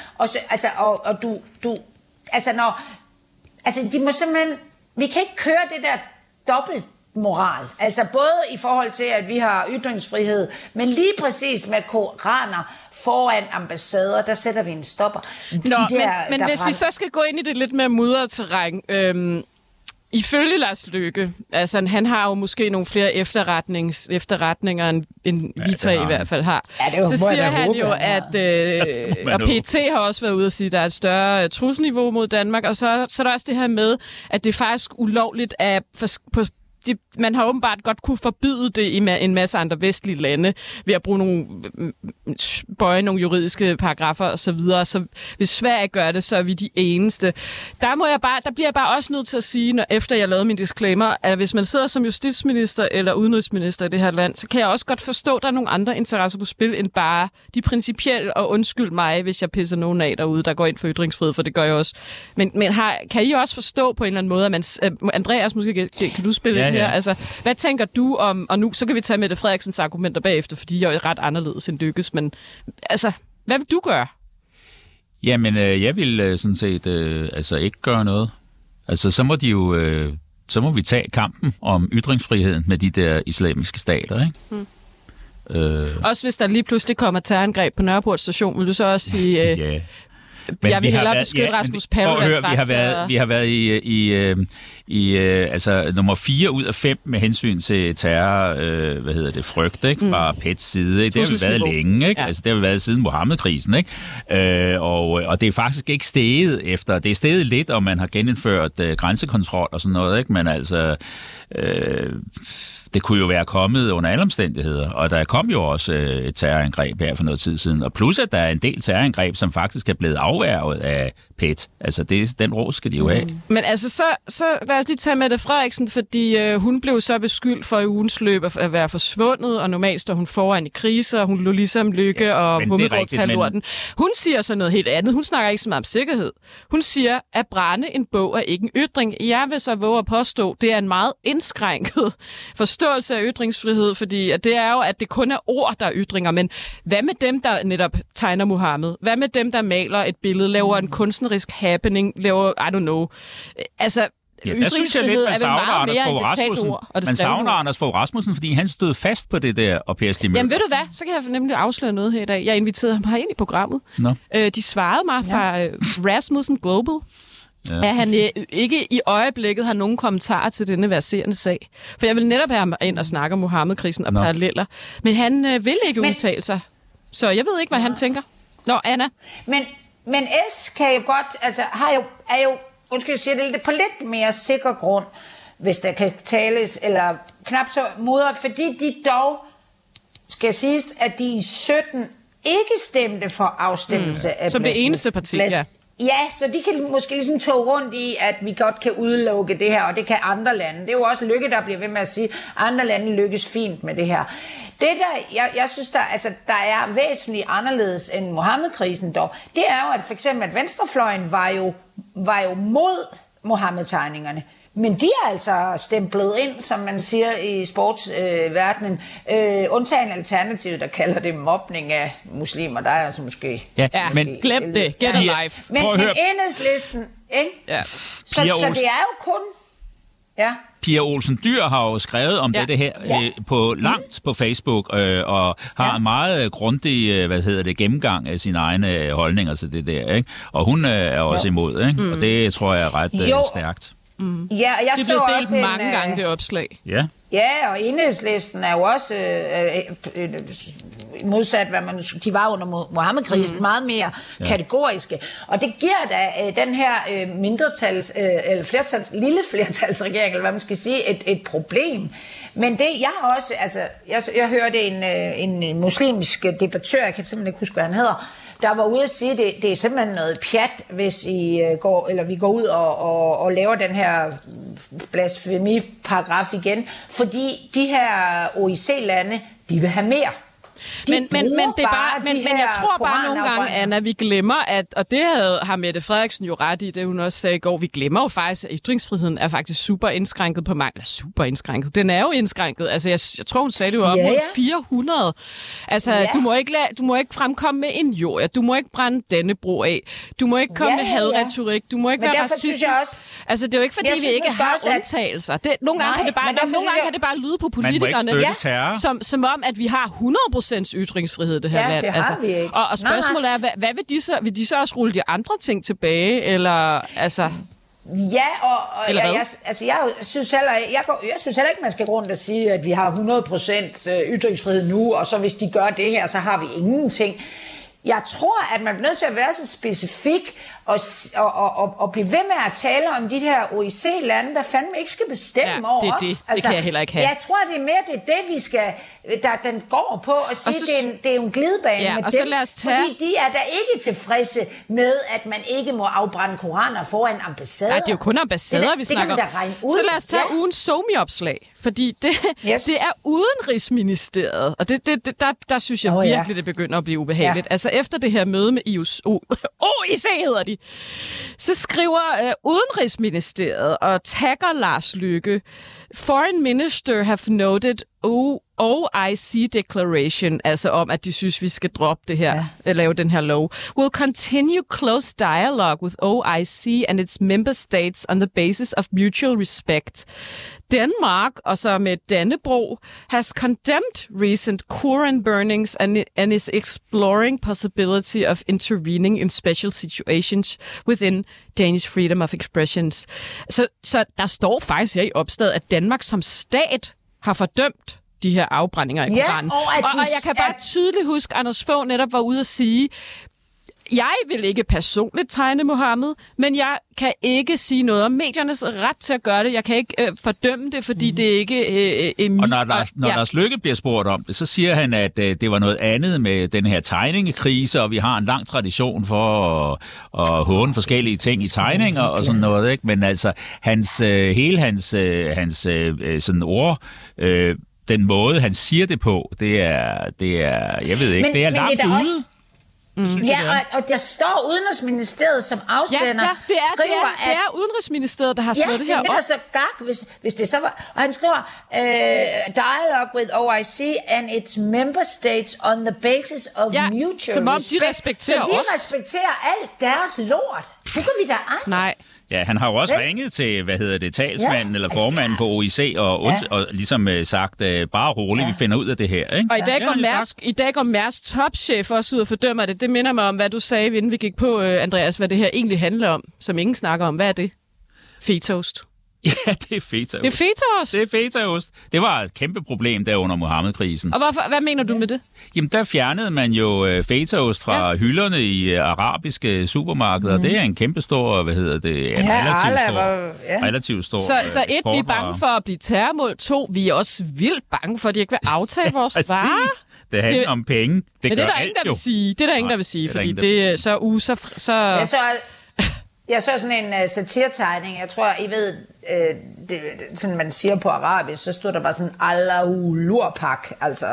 De må simpelthen... Vi kan ikke køre det der dobbeltmoral. Altså både i forhold til, at vi har ytringsfrihed, men lige præcis med koraner foran ambassader, der sætter vi en stopper. Men hvis vi så skal gå ind i det lidt mere mudret terræn, ifølge Lars Løkke, altså han har jo måske nogle flere efterretninger, end vi tre i hvert fald har. Ja, så siger han jo, at og PET har også været ude at sige, at der er et større trusselniveau mod Danmark, og så er der også det her med, at det er faktisk ulovligt at man har åbenbart godt kunne forbyde det i en masse andre vestlige lande ved at bruge nogle juridiske paragrafer og så videre. Så hvis Sverige gør det, så er vi de eneste. Der bliver jeg bare også nødt til at sige, efter jeg lavede min disclaimer, at hvis man sidder som justitsminister eller udenrigsminister i det her land, så kan jeg også godt forstå, at der er nogle andre interesser på spil end bare de principielle, og undskyld mig, hvis jeg pisser nogen af derude, der går ind for ytringsfrihed, for det gør jeg også. Men kan I også forstå på en eller anden måde, at Andreas, måske kan du spille her? Altså, hvad tænker du om, og nu så kan vi tage Mette Frederiksens argumenter bagefter, fordi jeg er ret anderledes end Lykkes, men altså, hvad vil du gøre? Jamen, jeg vil sådan set ikke gøre noget. Altså, så må vi tage kampen om ytringsfriheden med de der islamiske stater, ikke? Også hvis der lige pludselig kommer terrorangreb på Nørreport station, vil du så også sige... Ja. Men jeg vil hellere beskytte Rasmus Paludans ret. Vi har været i altså nummer 4 ud af 5 med hensyn til terror, frygt, ikke? Fra PETs side. Ikke? Det har vi været længe, ikke? Ja. Altså, det har vi været siden Mohammed-krisen, ikke? Og det er faktisk ikke steget efter. Det er steget lidt, om man har genindført grænsekontrol og sådan noget, ikke? Men altså... Det kunne jo være kommet under alle omstændigheder, og der kom jo også et terrorangreb her for noget tid siden, og plus at der er en del terrorangreb, som faktisk er blevet afværget af PET. Altså den ros skal de jo have. Men altså, så lad os lige tage Mette Frederiksen, fordi hun blev så beskyldt for i ugens løb at være forsvundet, og normalt står hun foran i kriser, og hun lå ligesom Lykke og Hummelgaard tage lorten. Hun siger så noget helt andet. Hun snakker ikke så meget om sikkerhed. Hun siger, at brænde en bog er ikke en ytring. Jeg vil så våge at påstå, det er en meget indskrænket forståelse af ytringsfrihed, fordi at det er jo, at det kun er ord, der er ytringer. Men hvad med dem, der netop tegner Mohammed? Hvad med dem, der maler et billede, laver en kunstnerisk happening, laver, I don't know. Altså, ytringsfrihed er vel meget mere end det talte ord. Og det man savner Anders Fogh Rasmussen, fordi han stod fast på det der og Per Stig Møller. Jamen ved du hvad, så kan jeg nemlig afsløre noget her i dag. Jeg inviterede ham herind i programmet. De svarede mig fra Rasmussen Global. Ja. At han ikke i øjeblikket har nogen kommentarer til denne verserende sag. For jeg vil netop have ham ind og snakke om Mohammed-krisen og paralleller. Men han vil ikke udtale sig. Så jeg ved ikke, hvad han tænker. Nå, Anna? Men S kan jo godt, altså er jo, undskyld, jeg siger det lidt, på lidt mere sikker grund, hvis der kan tales, eller knap så moder, fordi de dog, skal siges, at de i 17 ikke stemte for afstemmelse af som det eneste parti, ja. Ja, så de kan måske ligesom tog rundt i, at vi godt kan udelukke det her, og det kan andre lande. Det er jo også Lykke, der bliver ved med at sige, at andre lande lykkes fint med det her. Det der, jeg synes, der er væsentligt anderledes end Mohammed-krisen dog, det er jo, at for eksempel, at venstrefløjen var jo mod Mohammed-tegningerne. Men de er altså stemplet ind, som man siger i sportsverdenen. Undtagen Alternativet, der kalder det mobning af muslimer. Der er altså måske... Ja, men glem det. Get a life. Men Enhedslisten, ikke? Ja. Så det er jo kun... Ja. Pia Olsen Dyhr har jo skrevet om det her på Facebook, og har en meget grundig, gennemgang af sine egne holdninger til det der, ikke? Og hun er også imod, ikke? Og det tror jeg er ret stærkt. Ja, og jeg det blev delt mange gange, det opslag. Ja. Ja, og Enhedslisten er jo også modsat, de var under Mohammed-krisen meget mere kategoriske. Og det giver da den her lille flertalsregering, eller hvad man skal sige, et problem. Men det, jeg har også, altså, jeg hørte en muslimsk debattør, jeg kan simpelthen ikke huske, hvad han hedder, der var ude at sige, at det er simpelthen noget pjat, hvis vi går ud og laver den her blasfemiparagraf igen, fordi de her OIC-lande, de vil have mere. Men jeg tror bare nogle gange, Anna, vi glemmer, og det har Mette Frederiksen jo ret i, det hun også sagde i går, vi glemmer jo faktisk, at ytringsfriheden er faktisk super indskrænket på mange. Super indskrænket. Den er jo indskrænket. Altså, jeg tror, hun sagde det jo op mod 400. Altså, du må ikke fremkomme med injurier. Du må ikke brænde Dannebrog af. Du må ikke komme med hadretorik. Du må ikke være racistisk. Altså, det er jo ikke, fordi vi ikke har undtagelser. Nogle gange kan det bare lyde på politikerne, som om, at vi har 100% ytringsfrihed det her land. Det har vi ikke. Og spørgsmålet er, hvad vil de så også rulle de andre ting tilbage, eller altså... Ja, jeg synes heller ikke, man skal rundt og sige, at vi har 100% ytringsfrihed nu, og så hvis de gør det her, så har vi ingenting. Jeg tror, at man bliver nødt til at være så specifik og blive ved med at tale om de her OIC-lande, der fandme ikke skal bestemme over os. Det kan jeg heller ikke have. Jeg tror, det er mere det vi skal, den går på, og sige, det er jo en glidebane med dem, fordi de er da ikke tilfredse med, at man ikke må afbrænde koraner foran ambassader. Nej, det er jo kun ambassader, vi snakker om. Så lad os tage ugens SoMe-opslag, fordi det er Udenrigsministeriet, og der synes jeg virkelig, det begynder at blive ubehageligt. Altså efter det her møde med OIC hedder de, så skriver Udenrigsministeriet og tagger Lars Løkke, Foreign Minister have noted OIC Declaration, altså om, at de synes, vi skal droppe det her, lave den her lov, will continue close dialogue with OIC and its member states on the basis of mutual respect. Denmark, og så med Dannebro, has condemned recent Koran burnings and is exploring possibility of intervening in special situations within Danish freedom of expressions. Så der står faktisk her i opslaget, at Danmark som stat har fordømt de her afbrændinger i Koranen. Og jeg kan bare tydeligt huske, at Anders Fogh netop var ude at sige, jeg vil ikke personligt tegne Mohammed, men jeg kan ikke sige noget om mediernes ret til at gøre det. Jeg kan ikke fordømme det, fordi det ikke er min... Og når Lars Løkke bliver spurgt om det, så siger han, at det var noget andet med den her tegningekrise, og vi har en lang tradition for at håne forskellige ting i tegninger og sådan noget, ikke? Men altså, hans sådan ord... den måde, han siger det på, det er jeg ved ikke, det er langt ude. Og der står Udenrigsministeriet som afsender, det er Udenrigsministeriet, der har slået det her op. Det er så gak, hvis det så var. Og han skriver, dialogue with OIC and its member states on the basis of mutual som om respect. De respekterer så vi respekterer alt deres lort. Det kan vi da ej. Nej. Ja, han har jo også ringet til, talsmanden eller formanden for OIC og ligesom sagt, bare roligt, vi finder ud af det her. Ikke? Og i dag går Mærsks topchef også ud og fordømmer det. Det minder mig om, hvad du sagde, inden vi gik på, Andreas, hvad det her egentlig handler om, som ingen snakker om. Hvad er det? Fetost. Ja, det er fetaost. Det er fetaost? Det er fetaost. Det var et kæmpe problem der under Muhammed-krisen. Og hvad mener du med det? Jamen, der fjernede man jo fetaost fra hylderne i arabiske supermarkeder. Det er en kæmpe stor, relativt stor Så vi er bange for at blive terrormål. 2, vi er også vildt bange for, at de ikke vil aftage vores varer. Det handler om penge. Det gør alt jo. Det er der ingen, der vil sige, fordi det er så... Jeg så sådan en satiretegning. Jeg tror, I ved, det, sådan man siger på arabisk, så stod der bare sådan Allahu lurpak. Altså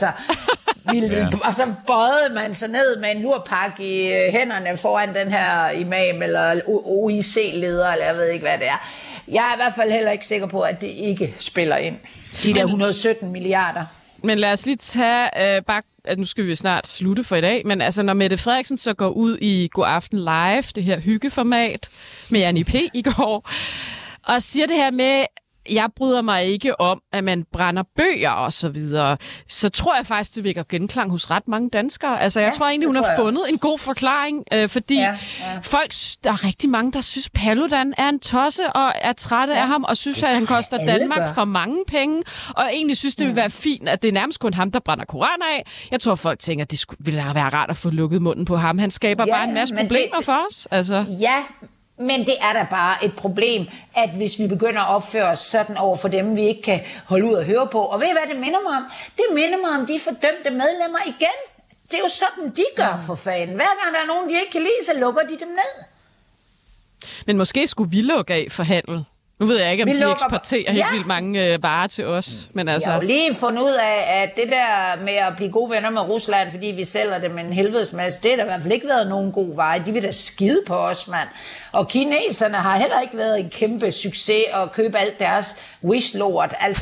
og så bøjede man sig ned med en lurpak i hænderne foran den her imam eller OIC-leder, eller jeg ved ikke, hvad det er. Jeg er i hvert fald heller ikke sikker på, at det ikke spiller ind. De der 117 milliarder. Men lad os lige tage nu skal vi snart slutte for i dag, men altså når Mette Frederiksen så går ud i God Aften Live, det her hyggeformat med Annie P. i går, og siger det her med, jeg bryder mig ikke om, at man brænder bøger og så videre, så tror jeg faktisk, det vækker genklang hos ret mange danskere. Altså jeg tror egentlig, hun har fundet en god forklaring, fordi folk, der er rigtig mange, der synes, Paludan er en tosse og er trætte af ham, og synes, at han koster Danmark for mange penge, og egentlig synes, det vil være fint, at det er nærmest kun ham, der brænder Koran af. Jeg tror, folk tænker, at det ville være rart at få lukket munden på ham. Han skaber bare en masse problemer for os. Altså. Ja, men det er da bare et problem, at hvis vi begynder at opføre os sådan over for dem, vi ikke kan holde ud og høre på. Og ved I, hvad det minder mig om? Det minder mig om de fordømte medlemmer igen. Det er jo sådan, de gør for fanden. Hver gang der er nogen, de ikke kan lide, så lukker de dem ned. Men måske skulle vi lukke af for handel. Nu ved jeg ikke, om de eksporterer helt vildt mange varer til os. Men altså... Jeg har jo lige fundet ud af, at det der med at blive gode venner med Rusland, fordi vi sælger det med en helvedesmasse, det har der i hvert fald ikke været nogen god vej. De vil da skide på os, mand. Og kineserne har heller ikke været en kæmpe succes at købe alt deres wish-lort. Altså...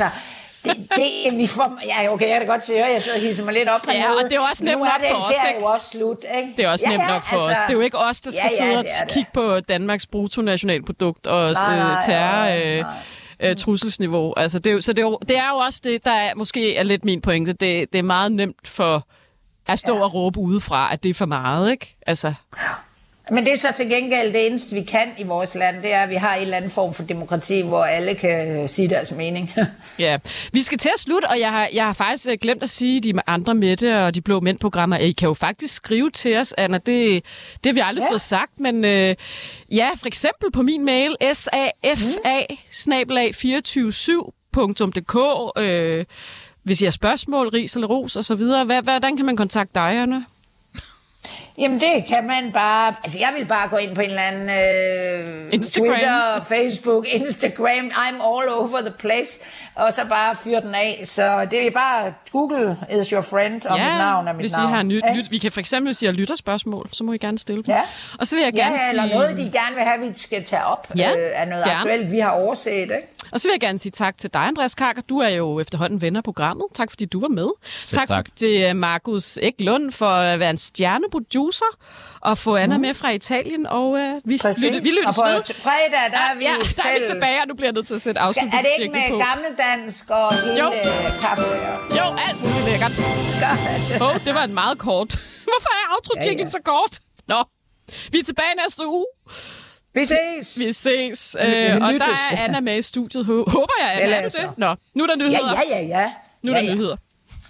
vi får, ja, okay, jeg kan godt se, at jeg sidder og hisser mig lidt op. Ja, og det er jo også nemt nok for os, ikke? Jo også slut, ikke? Det er også nemt nok for os. Det er jo ikke os, der skal sidde og kigge på Danmarks bruttonationalprodukt og trusselsniveau. Altså, det er jo også det, der er, måske er lidt min pointe. Det er meget nemt for at stå og råbe udefra, at det er for meget, ikke? Altså... Men det er så til gengæld det eneste, vi kan i vores land, det er, at vi har en eller anden form for demokrati, hvor alle kan sige deres mening. Ja, vi skal til at slutte, og jeg har faktisk glemt at sige de andre Mette og de blå mænd-programmer. I kan jo faktisk skrive til os, Anna. Det har vi aldrig fået sagt, men for eksempel på min mail, safa@247.dk, hvis I har spørgsmål, ris eller ros osv. Hvordan kan man kontakte dig, Anna? Jamen det kan man bare, altså jeg vil bare gå ind på en eller anden Twitter, Facebook, Instagram, I'm all over the place, og så bare fyre den af. Så det er bare Google is your friend, og mit navn er mit navn. Vi kan for eksempel sige lytterspørgsmål, så må I gerne stille dem. Ja. Og så vil jeg gerne sige... eller noget, de gerne vil have, vi skal tage op af noget aktuelt, vi har overset, ikke? Og så vil jeg gerne sige tak til dig, Andreas Karker. Du er jo efterhånden ven af programmet. Tak fordi du var med. Tak til Markus Eklund for at være en stjerneproducer og få Anna med fra Italien. Og vi lyttes ved. Og på fredag, der er vi der er vi tilbage, og nu bliver jeg nødt til at sætte afslutningsstikken på. Er det ikke med gammeldansk og hele kaffe? Jo, alt muligt lækkert. Det var en meget kort. Hvorfor er outro-jingle så kort? Nå, vi er tilbage næste uge. Vi ses. Og der er Anna med i studiet. Håber jeg, Anna. Er det det? Nå, nu er der nyheder. Ja. Nu er der nyheder.